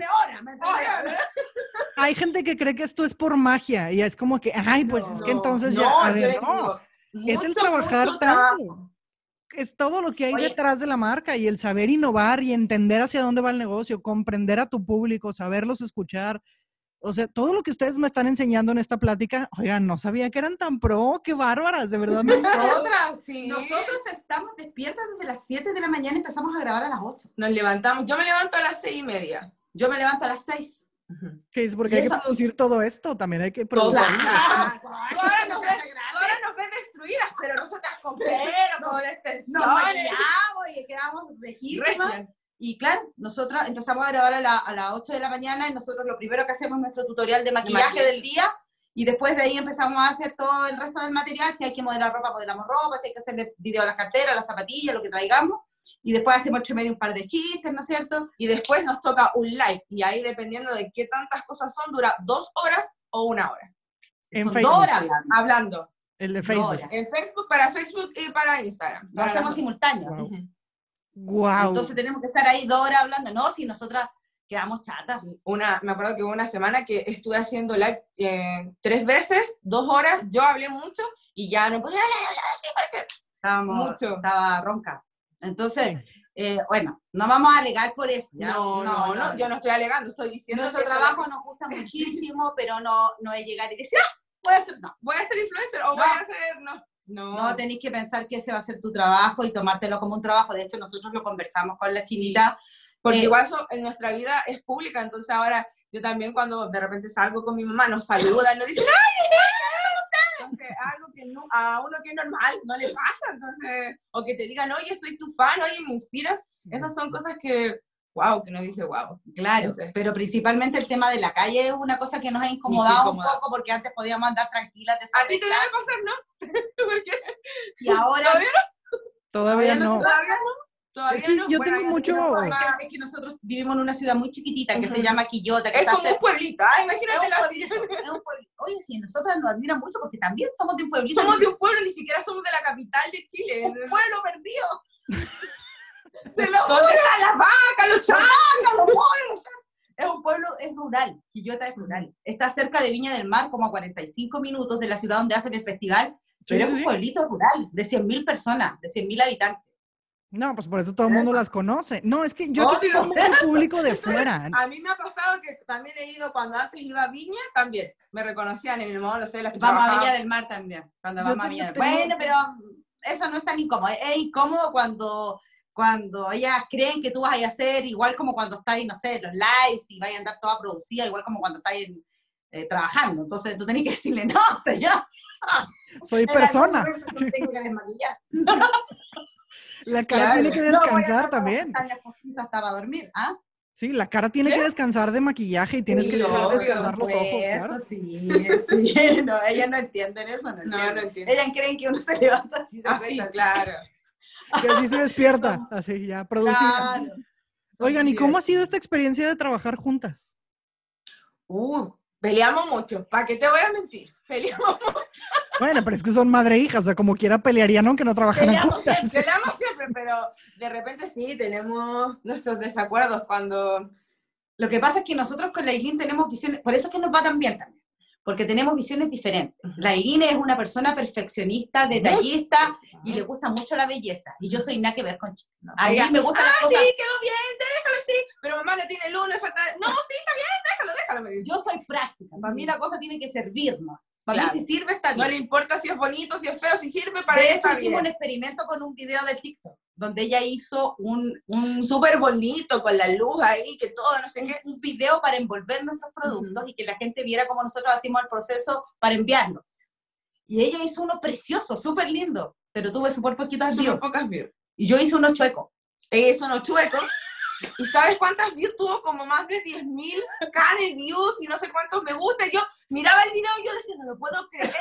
hay gente que cree que esto es por magia y es como que, ay, pues es que entonces ya, a ver, no. Es el trabajar tanto. Es todo lo que hay detrás de la marca y el saber innovar y entender hacia dónde va el negocio, comprender a tu público, saberlos escuchar. O sea, todo lo que ustedes me están enseñando en esta plática, oigan, no sabía que eran tan pro, qué bárbaras, de verdad. Nosotros estamos despiertas desde las 7 de la mañana y empezamos a grabar a las 8. Nos levantamos, yo me levanto a las 6:30. Yo me levanto a las 6. ¿Qué es? Porque hay que producir todo esto, también hay que producir. Ahora nos ves destruidas, pero nosotras con pelo, con extensiones. Nos maquillamos y quedamos rejísimas. Y claro, nosotros empezamos a grabar a las 8 de la mañana y nosotros lo primero que hacemos es nuestro tutorial de maquillaje del día y después de ahí empezamos a hacer todo el resto del material. Si hay que modelar ropa, modelamos ropa, si hay que hacerle video a las carteras, a las zapatillas, lo que traigamos. Y después hacemos entre medio un par de chistes, ¿no es cierto? Y después nos toca un live y ahí dependiendo de qué tantas cosas son, dura 2 horas o 1 hora. En son Facebook. 2 horas hablando. El de Facebook. En Facebook, para Facebook y para Instagram. Lo hacemos simultáneo. Wow. Entonces tenemos que estar ahí 2 horas hablando. No, si nosotras quedamos chatas. Sí. Me acuerdo que hubo una semana que estuve haciendo live 3 veces, 2 horas, yo hablé mucho y ya no podía hablar así porque estaba ronca. Entonces, bueno, no vamos a alegar por eso. ¿ya? No, yo no estoy alegando, estoy diciendo nuestro trabajo nos gusta muchísimo, pero no es llegar y decir, voy a ser influencer o voy a hacer, No, tenéis que pensar que ese va a ser tu trabajo y tomártelo como un trabajo. De hecho, nosotros lo conversamos con la Chinita. Porque igual en nuestra vida es pública, entonces ahora yo también cuando de repente salgo con mi mamá nos saludan, nos dicen ¡ay! Entonces algo que a uno que es normal no le pasa, entonces, o que te digan, oye, soy tu fan, oye, me inspiras, esas son cosas que wow, que no dice wow. Claro, No sé. pero principalmente el tema de la calle es una cosa que nos ha incomodado un poco, porque antes podíamos andar tranquilas, A ti te debe pasar, ¿no? Porque y ahora Todavía no. todavía no. Todavía Es que no. yo Bueno, tengo hay gente que mucho- no forma- es que nosotros vivimos en una ciudad muy chiquitita que se Ujú. llama Quillota, que Es está como un cerca. pueblito, imagínate la Es un pueblito. Oye, sí, nosotras nos admiran mucho porque también somos de un pueblito. Somos de un pueblo, ni siquiera somos de la capital de Chile. un pueblo perdido. Te lo juro. ¿Dónde están las vacas, los chacos? Los pueblos. Es un pueblo, es rural, Quillota es rural. Está cerca de Viña del Mar, como a 45 minutos de la ciudad donde hacen el festival, pero es un pueblito rural, de 100.000 personas, de 100.000 habitantes. No, pues por eso todo el mundo las conoce. No, es que yo aquí tengo mucho público de fuera. A mí me ha pasado que también he ido, cuando antes iba a Viña, también. Me reconocían en el modo, no sé, las que Vamos a trabajaban. Viña del Mar también, cuando Yo vamos a Viña del Mar. Bueno, pero eso no es tan incómodo. Es incómodo cuando ellas creen que tú vas a hacer, igual como cuando estás, no sé, los lives y vaya a andar toda producida, igual como cuando estás trabajando. Entonces tú tenés que decirle, no, señor. Soy persona. Tengo que desmaquillar. La cara tiene que descansar también. Hasta para dormir, ¿ah? Sí, la cara tiene que descansar de maquillaje y tienes que dejar descansar los ojos, claro. Sí, no, ellas no entienden eso, No entienden. Ellas creen que uno se levanta así. Así, claro. Que así se despierta, así ya, producida. Claro. Oigan, ¿y cómo ha sido esta experiencia de trabajar juntas? Peleamos mucho, ¿para qué te voy a mentir? Peleamos mucho. Bueno, pero es que son madre e hija, o sea, como quiera pelearían aunque no trabajaran juntas. Peleamos siempre, pero de repente sí, tenemos nuestros desacuerdos cuando... Lo que pasa es que nosotros con la Irene tenemos visiones, por eso es que nos va tan bien también, porque tenemos visiones diferentes. La Irene es una persona perfeccionista, detallista, y le gusta mucho la belleza, y yo soy nada que ver con chico. A mí me gusta las cosas... sí, quedó bien, déjalo, sí, pero mamá no tiene luz, le falta... No, sí, está bien, déjalo. Yo soy práctica, para mí la cosa tiene que servirnos. Para Claro. mí si sirve está bien. No le importa si es bonito, si es feo, si sirve para De ella hecho, está hicimos bien. un experimento con un video del TikTok, donde ella hizo un Súper bonito, con la luz ahí, que todo, no sé qué. un video para envolver nuestros productos y que la gente viera cómo nosotros hacíamos el proceso para enviarlo. Y ella hizo uno precioso, súper lindo, pero tuve súper poquitas views. Súper pocas views. Y yo hice uno chueco. Ella hizo unos chuecos. ¿Y sabes cuántas views tuvo? Como más de 10.000 de views y no sé cuántos me gusta. Y yo miraba el video y yo decía, no lo puedo creer.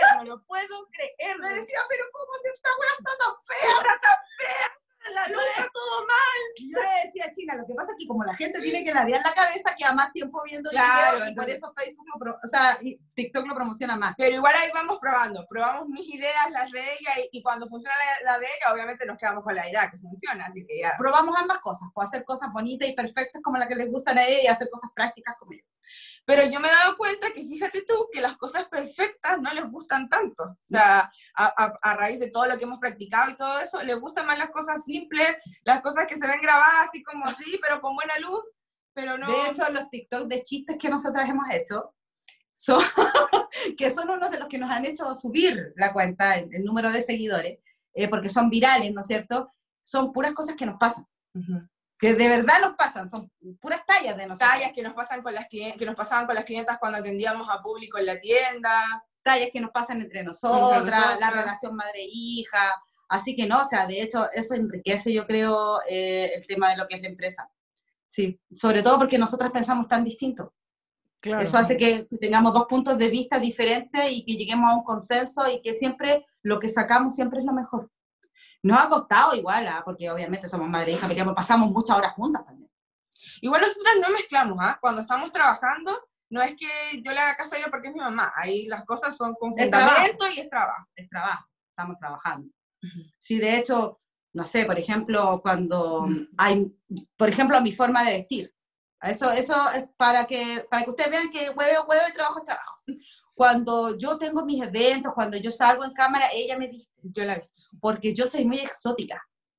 Me decía, pero ¿cómo si esta weá está tan fea? La luz está todo mal. Y yo le decía a China, lo que pasa es que como la gente tiene que ladear la cabeza, queda más tiempo viendo el Claro, video, y por entonces... eso Facebook y TikTok lo promociona más. Pero igual ahí vamos probando. Probamos mis ideas, las de ella, y cuando funciona la de ella, obviamente nos quedamos con la idea que funciona. Así que ya. Probamos ambas cosas, pues hacer cosas bonitas y perfectas como las que les gustan a ella y hacer cosas prácticas como ella. Pero yo me he dado cuenta que, fíjate tú, que las cosas perfectas no les gustan tanto. O sea, a raíz de todo lo que hemos practicado y todo eso, les gustan más las cosas simples, las cosas que se ven grabadas así como así, pero con buena luz, pero no... De hecho, los TikTok de chistes que nosotras hemos hecho, son, que son unos de los que nos han hecho subir la cuenta, el número de seguidores, porque son virales, ¿no es cierto? Son puras cosas que nos pasan. Que de verdad nos pasan, son puras tallas de nosotros. Tallas que nos pasan con que nos pasaban con las clientas cuando atendíamos a público en la tienda. Tallas que nos pasan entre nosotras, la relación madre-hija. Así que no, o sea, de hecho, eso enriquece, yo creo, el tema de lo que es la empresa. Sí, sobre todo porque nosotras pensamos tan distinto. Claro. Eso hace que tengamos dos puntos de vista diferentes y que lleguemos a un consenso y que siempre lo que sacamos siempre es lo mejor. Nos ha costado igual, porque obviamente somos madre e hija, pasamos muchas horas juntas también. Igual nosotras no mezclamos, cuando estamos trabajando, no es que yo le haga caso a ella porque es mi mamá, ahí las cosas son con fundamento y es trabajo. Es trabajo, estamos trabajando. Sí, de hecho, no sé, por ejemplo, cuando hay, por ejemplo, mi forma de vestir. Eso es para que ustedes vean que huevo y trabajo es trabajo. Cuando yo tengo mis eventos, cuando yo salgo en cámara, ella me viste. Yo la he visto. Sí. Porque yo soy muy exótica.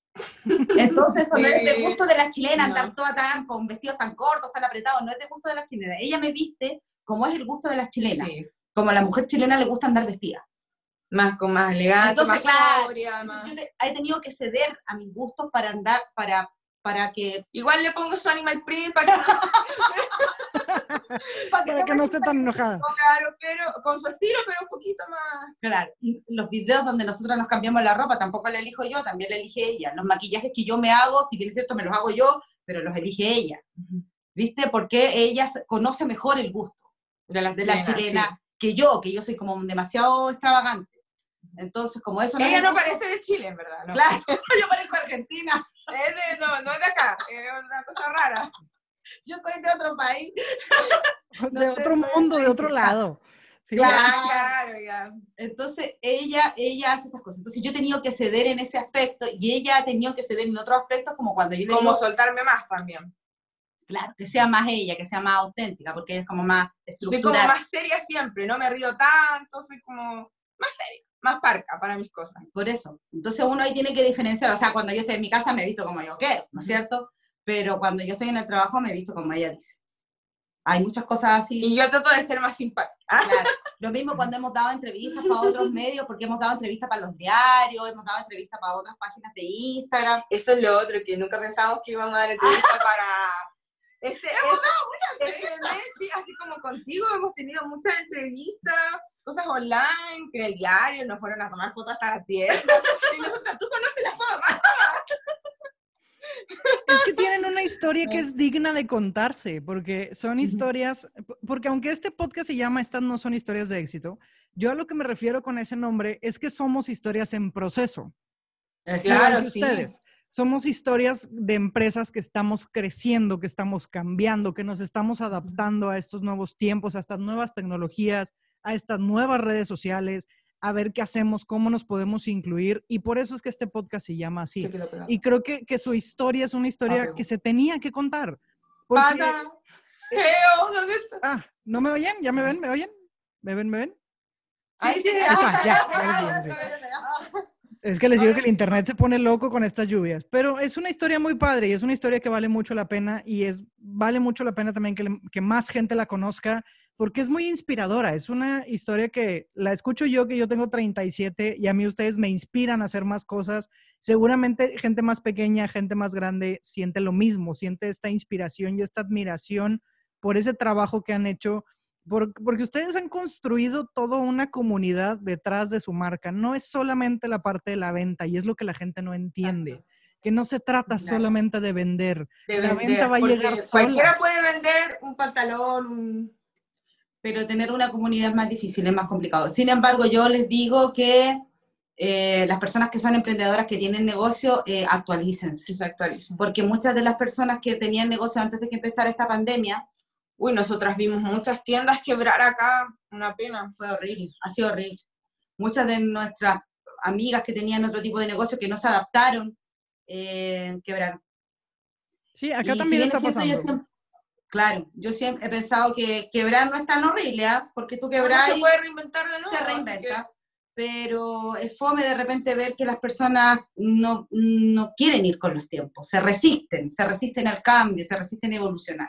Entonces eso no es de gusto de las chilenas, andar toda tan, con vestidos tan cortos, tan apretados, no es de gusto de las chilenas. Ella me viste como es el gusto de las chilenas. Sí. Como a la mujer chilena le gusta andar vestida. Más elegante, entonces, más sobria. Más... Yo he tenido que ceder a mis gustos para andar, para que... Igual le pongo su animal print para que... para que no esté tan enojada. Claro, pero con su estilo, pero un poquito más. Claro, y los videos donde nosotros nos cambiamos la ropa tampoco la elijo yo, también la elige ella. Los maquillajes que yo me hago, si bien es cierto, me los hago yo, pero los elige ella, ¿viste? Porque ella conoce mejor el gusto De la de la chilena que yo soy como demasiado extravagante. Entonces, como eso no Ella es no gusto, parece de Chile, en verdad, ¿no? claro, yo parezco argentina, No es de acá, es una cosa rara. yo soy de otro país. No De sé, otro soy mundo, de país otro que lado. Sí, Claro. Claro, ya. Entonces, ella hace esas cosas. Entonces, yo he tenido que ceder en ese aspecto y ella ha tenido que ceder en otros aspectos, como cuando yo le Como digo, soltarme más también. claro, que sea más ella, que sea más auténtica, porque ella es como más Soy como estructurada. más seria siempre, no me río tanto, soy como más seria, más parca para mis cosas. Por eso. Entonces, uno ahí tiene que diferenciar. O sea, cuando yo estoy en mi casa me he visto como yo quiero, ¿no es cierto? Pero cuando yo estoy en el trabajo me he visto como ella dice. Hay muchas cosas así. Y yo trato de ser más simpática. Claro. Lo mismo cuando hemos dado entrevistas para otros medios, porque hemos dado entrevistas para los diarios, hemos dado entrevistas para otras páginas de Instagram. Eso es lo otro, que nunca pensamos que íbamos a dar entrevista para... Este mes, sí, así como contigo, hemos tenido muchas entrevistas, cosas online, que en el diario nos fueron a tomar fotos hasta las 10. Y nosotros, ¿tú conoces la fama? es que tienen una historia que es digna de contarse, porque son historias, porque aunque este podcast se llama Estas no son historias de éxito, yo a lo que me refiero con ese nombre es que somos historias en proceso. Claro, Igual que sí. ustedes. Somos historias de empresas que estamos creciendo, que estamos cambiando, que nos estamos adaptando a estos nuevos tiempos, a estas nuevas tecnologías, a estas nuevas redes sociales, a ver qué hacemos, cómo nos podemos incluir. Y por eso es que este podcast se llama así. Se quedó pegado. Y creo que su historia es una historia Apego. que se tenía que contar. Porque, Pata, Geo, ¿dónde está? ¿no me oyen? ¿Ya me ven? ¿Me oyen? ¿Me ven? ¿Me ven? Ay, sí, Ahí está, ya. Es que les digo que el internet se pone loco con estas lluvias, pero es una historia muy padre y es una historia que vale mucho la pena y vale mucho la pena también que más gente la conozca porque es muy inspiradora. Es una historia que la escucho yo, que yo tengo 37 y a mí ustedes me inspiran a hacer más cosas. Seguramente gente más pequeña, gente más grande siente lo mismo, siente esta inspiración y esta admiración por ese trabajo que han hecho. Porque ustedes han construido toda una comunidad detrás de su marca. No es solamente la parte de la venta y es lo que la gente no entiende. Que no se trata solamente de vender. La venta va a llegar sola. Cualquiera puede vender un pantalón, Pero tener una comunidad es más difícil, es más complicado. Sin embargo, yo les digo que las personas que son emprendedoras, que tienen negocio, actualícense. que se actualicen. Porque muchas de las personas que tenían negocio antes de que empezara esta pandemia, Uy, nosotras vimos muchas tiendas quebrar acá, una pena. fue horrible, ha sido horrible. Muchas de nuestras amigas que tenían otro tipo de negocio que no se adaptaron, quebraron. Sí, acá Y también si está bien es cierto, pasando. claro, yo siempre he pensado que quebrar no es tan horrible, ¿eh? Porque tú No quebras se puede reinventar de nuevo. se reinventa, pero es fome de repente ver que las personas no quieren ir con los tiempos, se resisten al cambio, se resisten a evolucionar.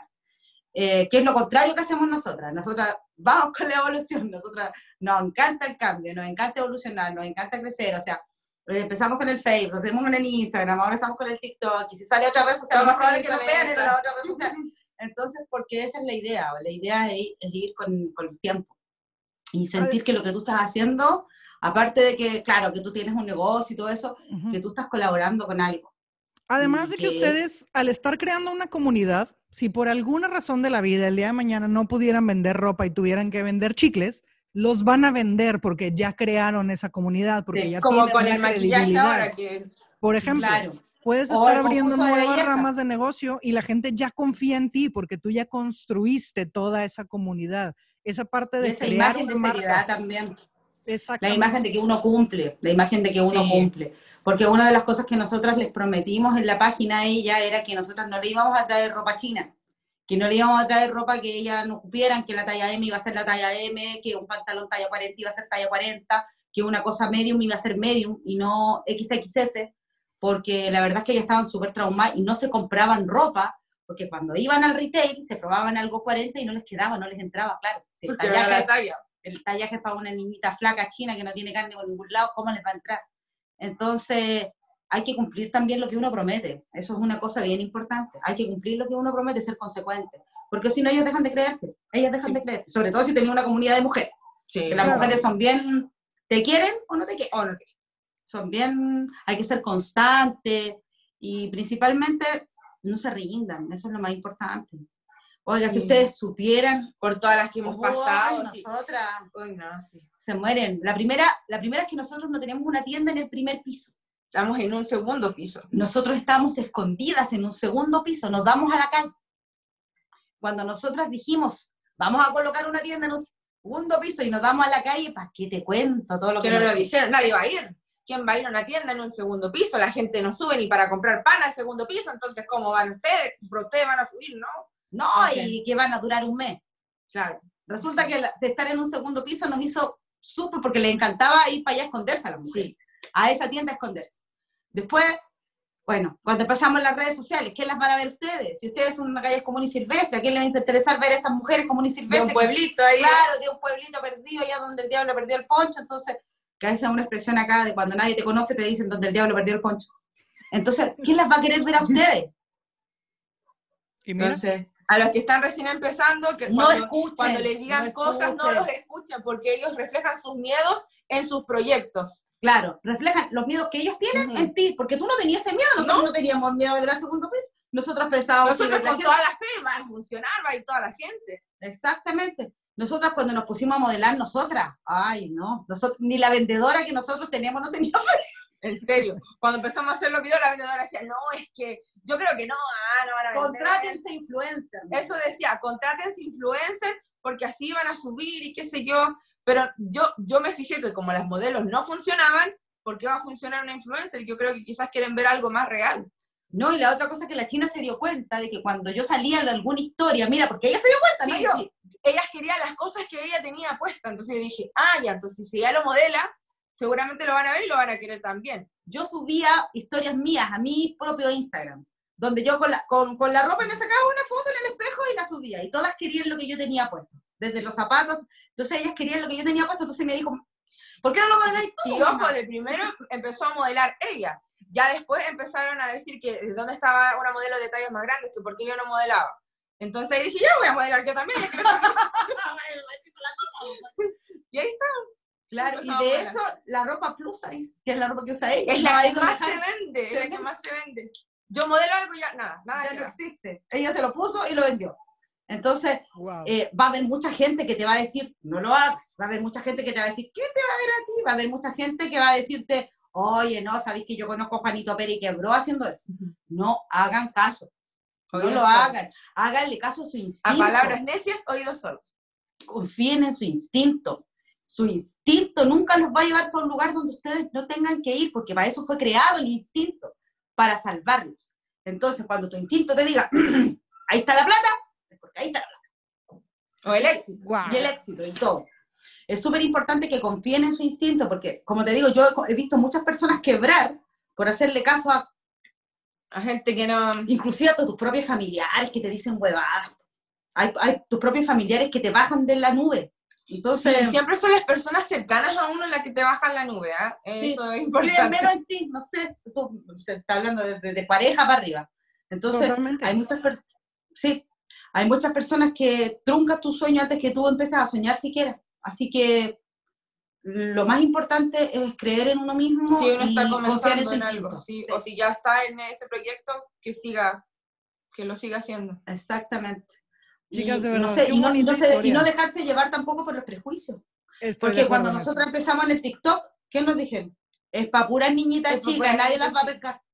Que es lo contrario que hacemos nosotras. Nosotras vamos con la evolución, nosotras nos encanta el cambio, nos encanta evolucionar, nos encanta crecer, o sea, empezamos con el Facebook, empezamos con el Instagram, ahora estamos con el TikTok, y si sale otra red social, más probable que nos vean en la otra red social. Entonces, porque esa es la idea es ir con el tiempo, y sentir que lo que tú estás haciendo, aparte de que, claro, que tú tienes un negocio y todo eso, que tú estás colaborando con algo. Además de que ustedes, al estar creando una comunidad, si por alguna razón de la vida el día de mañana no pudieran vender ropa y tuvieran que vender chicles, los van a vender porque ya crearon esa comunidad, porque Sí, ya como tienen con una el maquillaje credibilidad. ahora que... Por ejemplo, Claro. puedes O estar el abriendo concurso de nuevas belleza. ramas de negocio y la gente ya confía en ti porque tú ya construiste toda esa comunidad. Esa parte Y de esa crear imagen de una seriedad marca. también. La Exactamente. imagen de que uno cumple, la imagen de que uno Sí. cumple. Porque una de las cosas que nosotras les prometimos en la página a ella era que nosotras no le íbamos a traer ropa china, que no le íbamos a traer ropa que ella no cupieran, que la talla M iba a ser la talla M, que un pantalón talla 40 iba a ser talla 40, que una cosa medium iba a ser medium y no XXS, porque la verdad es que ellas estaban súper traumadas y no se compraban ropa, porque cuando iban al retail se probaban algo 40 y no les quedaba, no les entraba, claro. Si el Porque era la talla. el tallaje es para una niñita flaca china que no tiene carne por ningún lado, ¿cómo les va a entrar? Entonces, hay que cumplir también lo que uno promete. Eso es una cosa bien importante. Hay que cumplir lo que uno promete, ser consecuente. Porque si no, ellos dejan de creerte. Ellas dejan de creerte. Sobre todo si tenés una comunidad de mujeres. Sí, Que las mujeres son bien, ¿te quieren o no te quieren? o no te- Son bien, hay que ser constante y principalmente no se rindan, eso es lo más importante. Oiga, Sí. si ustedes supieran, Por todas las que hemos pasado. ay, sí. nosotras Uy, no, sí. se mueren. La primera es que nosotros no teníamos una tienda en el primer piso. Estamos en un segundo piso. Nosotros estamos escondidas en un segundo piso, nos damos a la calle. Cuando nosotras dijimos, vamos a colocar una tienda en un segundo piso y nos damos a la calle, ¿para qué te cuento todo lo que Que no nos lo dijeron, nadie va a ir. ¿Quién va a ir a una tienda en un segundo piso? La gente no sube ni para comprar pan al segundo piso, entonces ¿cómo van ustedes? Ustedes van a subir, ¿no? No, y que van a durar un mes. Claro. Resulta que de estar en un segundo piso nos hizo súper, porque le encantaba ir para allá a esconderse a las mujeres. Sí. A esa tienda a esconderse. Después, bueno, cuando empezamos las redes sociales, ¿qué las van a ver ustedes? Si ustedes son una calle común y silvestre, ¿a quién le va a interesar ver a estas mujeres común y De silvestres? un pueblito ahí. Claro, de un pueblito perdido, allá donde el diablo perdió el poncho. Entonces, que esa es una expresión acá de cuando nadie te conoce, te dicen donde el diablo perdió el poncho. Entonces, ¿quién las va a querer ver a ustedes? Y mira, Entonces, a los que están recién empezando, que No escuchen, cuando les digan no cosas, no escuchen. los escuchen, porque ellos reflejan sus miedos en sus proyectos. Claro, reflejan los miedos que ellos tienen Ujú. en ti, porque tú no tenías ese miedo, nosotros no teníamos miedo de la segunda vez. Nosotros pensábamos Nosotros que la con gente- toda la fe va a funcionar, va a ir toda la gente. Exactamente. Nosotras cuando nos pusimos a modelar, ay no, ni la vendedora que nosotros teníamos no tenía fe. En serio. Cuando empezamos a hacer los videos, la vendedora decía, no, es que yo creo que no, no van a vender. Contrátense influencers. Eso decía, contrátense influencers porque así van a subir y qué sé yo. Pero yo me fijé que como las modelos no funcionaban, ¿por qué va a funcionar una influencer? Yo creo que quizás quieren ver algo más real. No, y la otra cosa que la China se dio cuenta de que cuando yo salía en alguna historia, mira, porque ella se dio cuenta, no Sí, yo. sí. Ellas querían las cosas que ella tenía puesta. Entonces yo dije, ya, entonces si ella lo modela, seguramente lo van a ver y lo van a querer también. Yo subía historias mías a mi propio Instagram, donde yo con la ropa me sacaba una foto en el espejo y la subía, y todas querían lo que yo tenía puesto, desde los zapatos, entonces ellas querían lo que yo tenía puesto, entonces me dijo, ¿por qué no lo modeláis tú? Y ojo, de primero empezó a modelar ella. Ya después empezaron a decir que dónde estaba una modelo de tallas más grandes, que por qué yo no modelaba. Entonces dije, yo voy a modelar yo también. Y ahí está. Claro, y Empezamos a de modelar. hecho, la ropa plus size, que es la ropa que usa ella, Es no la ha que ido a más se dejar, vende, es la que más se vende. Yo modelo algo y ya, nada ya que no ver. existe. Ella se lo puso y lo vendió. Entonces, wow. va a haber mucha gente que te va a decir, no lo hagas. Va a haber mucha gente que te va a decir, ¿quién te va a ver a ti? Va a haber mucha gente que va a decirte, oye, no, sabéis que yo conozco a Juanito Pérez y quebró haciendo eso. No hagan caso. No Oídos lo sordos. hagan. Háganle caso a su instinto. A palabras necias, oídos sordos. Confíen en su instinto. Su instinto nunca los va a llevar por un lugar donde ustedes no tengan que ir, porque para eso fue creado el instinto, para salvarlos. Entonces, cuando tu instinto te diga, ahí está la plata, es porque ahí está la plata. O el éxito. Wow. Y el éxito y todo. Es súper importante que confíen en su instinto, porque, como te digo, yo he visto muchas personas quebrar por hacerle caso A gente que no... inclusive a tus propios familiares que te dicen huevadas. Hay tus propios familiares que te bajan de la nube. Entonces, Sí, siempre son las personas cercanas a uno las que te bajan la nube, ¿ah? sí, Eso es creen importante. menos en ti, no sé, se está hablando de pareja para arriba. Entonces, Totalmente. hay muchas personas que truncan tu sueño antes que tú empieces a soñar siquiera. Así que lo más importante es creer en uno mismo Si uno y está confiar en comenzando su en algo, instinto. sí, Sí, o si ya está en ese proyecto, que lo siga haciendo. exactamente. Chicas, de Y verdad, no sé, qué y no bonita historia. dejarse llevar tampoco por los prejuicios. Estoy de Porque acuerdo cuando en nosotros eso. empezamos en el TikTok, ¿qué nos dijeron? Es para puras niñitas Es pa' chicas, puras nadie niñitas las va a chicas. pescar.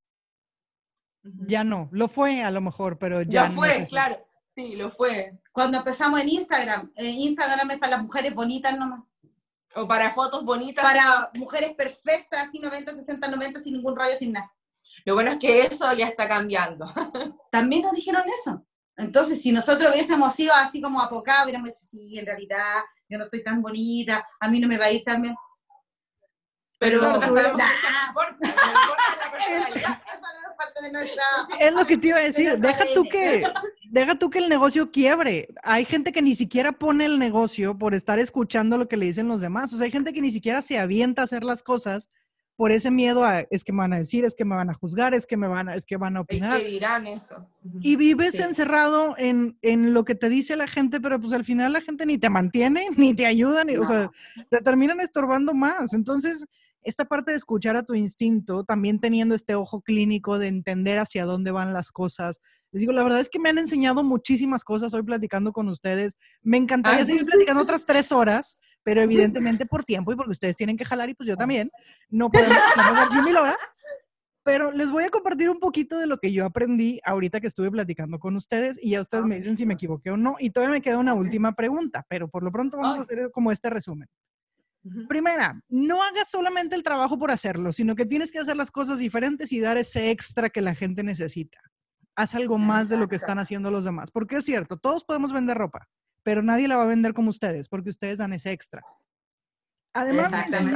Ya no, lo fue a lo mejor, pero ya Lo no fue, es así. claro. Sí, lo fue. Cuando empezamos en Instagram es para las mujeres bonitas nomás. O para fotos bonitas. Para mujeres perfectas, así 90, 60, 90, sin ningún rollo, sin nada. Lo bueno es que eso ya está cambiando. También nos dijeron eso. Entonces, si nosotros hubiésemos sido así como apocados, hubiéramos dicho, sí, en realidad, yo no soy tan bonita, a mí no me va a ir tan bien. Pero Pero- nosotros sabemos Nah. que eso no importa. Lo que importa es la personalidad. Esa no es parte de nuestra... Es lo que te iba a decir. de nuestra Deja tú que el negocio quiebre. Hay gente que ni siquiera pone el negocio por estar escuchando lo que le dicen los demás. O sea, hay gente que ni siquiera se avienta a hacer las cosas por ese miedo a, es que me van a decir, es que me van a juzgar, es que van a ¿Y opinar. qué dirán eso? Y vives Sí. encerrado en lo que te dice la gente, pero pues al final la gente ni te mantiene, ni te ayuda, ni, o No. sea, te terminan estorbando más. Entonces, esta parte de escuchar a tu instinto, también teniendo este ojo clínico de entender hacia dónde van las cosas. Les digo, la verdad es que me han enseñado muchísimas cosas hoy platicando con ustedes. Me encantaría seguir platicando otras 3 horas, pero evidentemente por tiempo y porque ustedes tienen que jalar y pues yo también, no podemos hablar 10,000 horas. Pero les voy a compartir un poquito de lo que yo aprendí ahorita que estuve platicando con ustedes y ya ustedes me dicen si me equivoqué o no. Y todavía me queda una última pregunta, pero por lo pronto vamos a hacer como este resumen. Primera, no hagas solamente el trabajo por hacerlo, sino que tienes que hacer las cosas diferentes y dar ese extra que la gente necesita. Haz algo más de lo que están haciendo los demás. Porque es cierto, todos podemos vender ropa, pero nadie la va a vender como ustedes, porque ustedes dan ese extra. Además,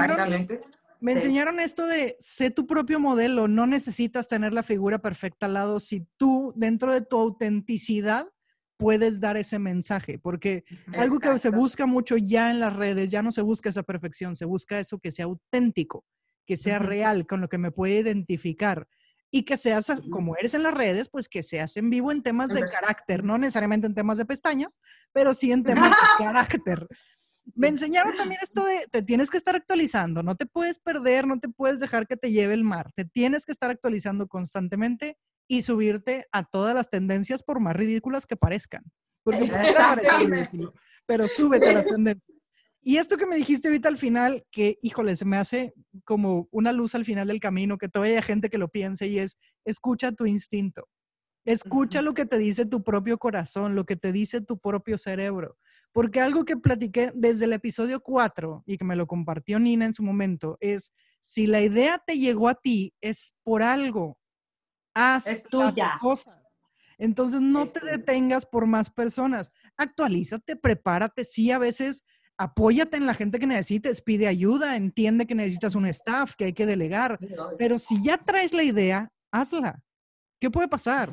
me enseñaron esto de sé tu propio modelo, no necesitas tener la figura perfecta al lado si tú, dentro de tu autenticidad, puedes dar ese mensaje, porque algo que se busca mucho ya en las redes, ya no se busca esa perfección, se busca eso que sea auténtico, que sea real, con lo que me pueda identificar y que seas como eres en las redes, pues que seas en vivo en temas de carácter, no necesariamente en temas de pestañas, pero sí en temas de carácter. Me enseñaron también esto de te tienes que estar actualizando, no te puedes perder, no te puedes dejar que te lleve el mar, te tienes que estar actualizando constantemente y subirte a todas las tendencias por más ridículas que parezcan. Porque ridículo, pero súbete a las tendencias. Y esto que me dijiste ahorita al final, que híjole, se me hace como una luz al final del camino, que todavía hay gente que lo piense y es, escucha tu instinto. Escucha lo que te dice tu propio corazón, lo que te dice tu propio cerebro. Porque algo que platiqué desde el episodio 4 y que me lo compartió Nina en su momento es, si la idea te llegó a ti, es por algo. Haz es tuya. Cosa. Entonces no te detengas por más personas. Actualízate, prepárate. Sí, a veces apóyate en la gente que necesites, pide ayuda, entiende que necesitas un staff, que hay que delegar. Pero si ya traes la idea, hazla. ¿Qué puede pasar?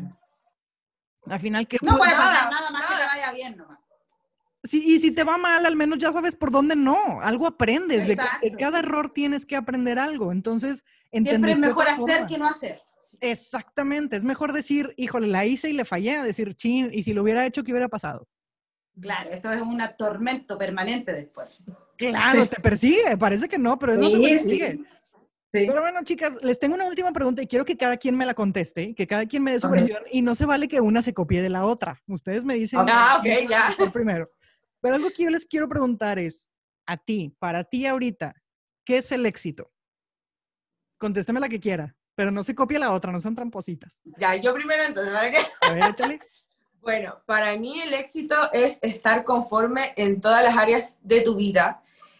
Al final, ¿qué no puede pasar nada más que te vaya bien nomás. Sí, y si te va mal, al menos ya sabes por dónde no. Algo aprendes. De cada error tienes que aprender algo. Entonces, siempre es mejor hacer que no hacer. Exactamente. Es mejor decir, híjole, la hice y le fallé, a decir, chin, y si lo hubiera hecho, ¿qué hubiera pasado? Claro, eso es un tormento permanente después. Claro, te persigue. Parece que no, pero eso te persigue. Sí. Pero bueno, chicas, les tengo una última pregunta y quiero que cada quien me la conteste, que cada quien me dé su versión y no se vale que una se copie de la otra. Ustedes me dicen ya. Primero. Pero algo que yo les quiero preguntar es, a ti, para ti ahorita, ¿qué es el éxito? Contésteme la que quiera, pero no se copie la otra, no son trampositas. Ya, yo primero entonces, ¿para qué? A ver, échale. Bueno, para mí el éxito es estar conforme en todas las áreas de tu vida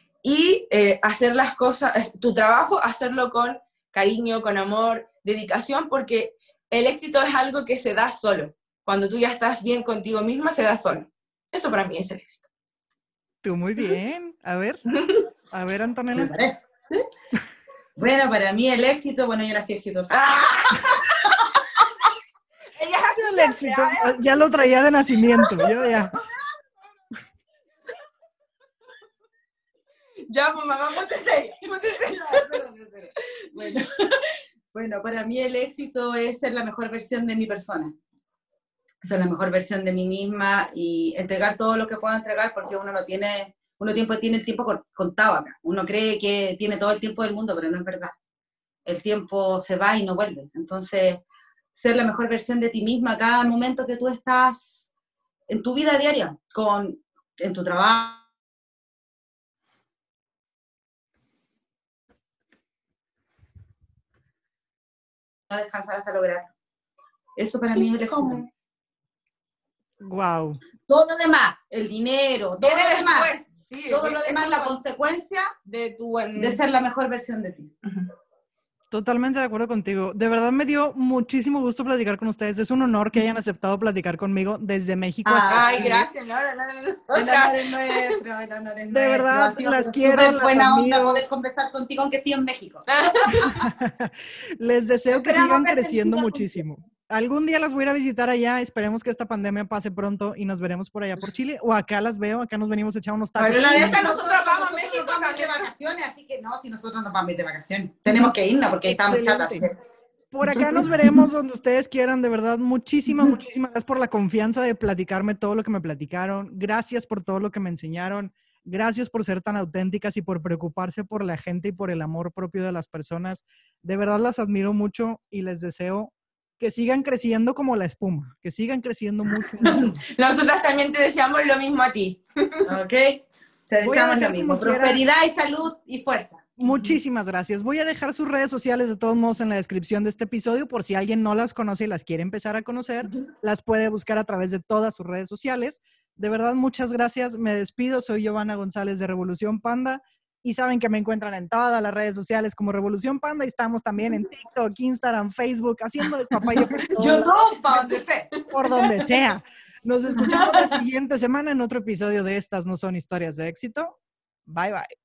y hacer las cosas, tu trabajo, hacerlo con cariño, con amor, dedicación, porque el éxito es algo que se da solo. Cuando tú ya estás bien contigo misma, se da solo. Eso para mí es el éxito. Tú muy bien. A ver, Antonella. ¿Sí? Bueno, para mí el éxito, bueno, yo nací exitosa. Ella es el éxito, ya lo traía de nacimiento, yo ya. Ya, pues mamá, ponte seria. Bueno, para mí el éxito es ser la mejor versión de mi persona. Ser la mejor versión de mí misma y entregar todo lo que puedo entregar, porque uno tiene el tiempo contado acá. Uno cree que tiene todo el tiempo del mundo, pero no es verdad. El tiempo se va y no vuelve. Entonces, ser la mejor versión de ti misma cada momento que tú estás en tu vida diaria, en tu trabajo. No descansar hasta lograr. Eso para mí es el éxito. Wow. Todo lo demás, el dinero, todo lo demás, sí, todo lo demás, la consecuencia de ser la mejor versión de ti. Totalmente de acuerdo contigo. De verdad me dio muchísimo gusto platicar con ustedes. Es un honor que hayan aceptado platicar conmigo desde México. Ay, gracias. No. El honor es nuestro, el honor es nuestro. De verdad, las quiero. Es buena onda poder conversar contigo aunque estoy en México. Les deseo que sigan creciendo muchísimo. Algún día las voy a ir a visitar allá. Esperemos que esta pandemia pase pronto y nos veremos por allá por Chile. O acá las veo, acá nos venimos a echar unos tacos. Pero la neta, nosotros vamos a México de vacaciones, así que no, si nosotros nos vamos a ir de vacaciones. Tenemos que irnos porque estamos chatas. Por acá nos veremos donde ustedes quieran. De verdad, muchísimas gracias por la confianza de platicarme todo lo que me platicaron. Gracias por todo lo que me enseñaron. Gracias por ser tan auténticas y por preocuparse por la gente y por el amor propio de las personas. De verdad las admiro mucho y les deseo que sigan creciendo como la espuma, que sigan creciendo mucho. Nosotras también te deseamos lo mismo a ti. ¿Ok? Te deseamos lo mismo. Prosperidad y salud y fuerza. Muchísimas gracias. Voy a dejar sus redes sociales de todos modos en la descripción de este episodio por si alguien no las conoce y las quiere empezar a conocer, las puede buscar a través de todas sus redes sociales. De verdad, muchas gracias. Me despido. Soy Giovanna González de Revolución Panda y saben que me encuentran en todas las redes sociales como Revolución Panda y estamos también en TikTok, Instagram, Facebook, haciendo despapalle por todo. YouTube, para donde esté. Por donde sea. Nos escuchamos la siguiente semana en otro episodio de Estas No Son Historias de Éxito. Bye, bye.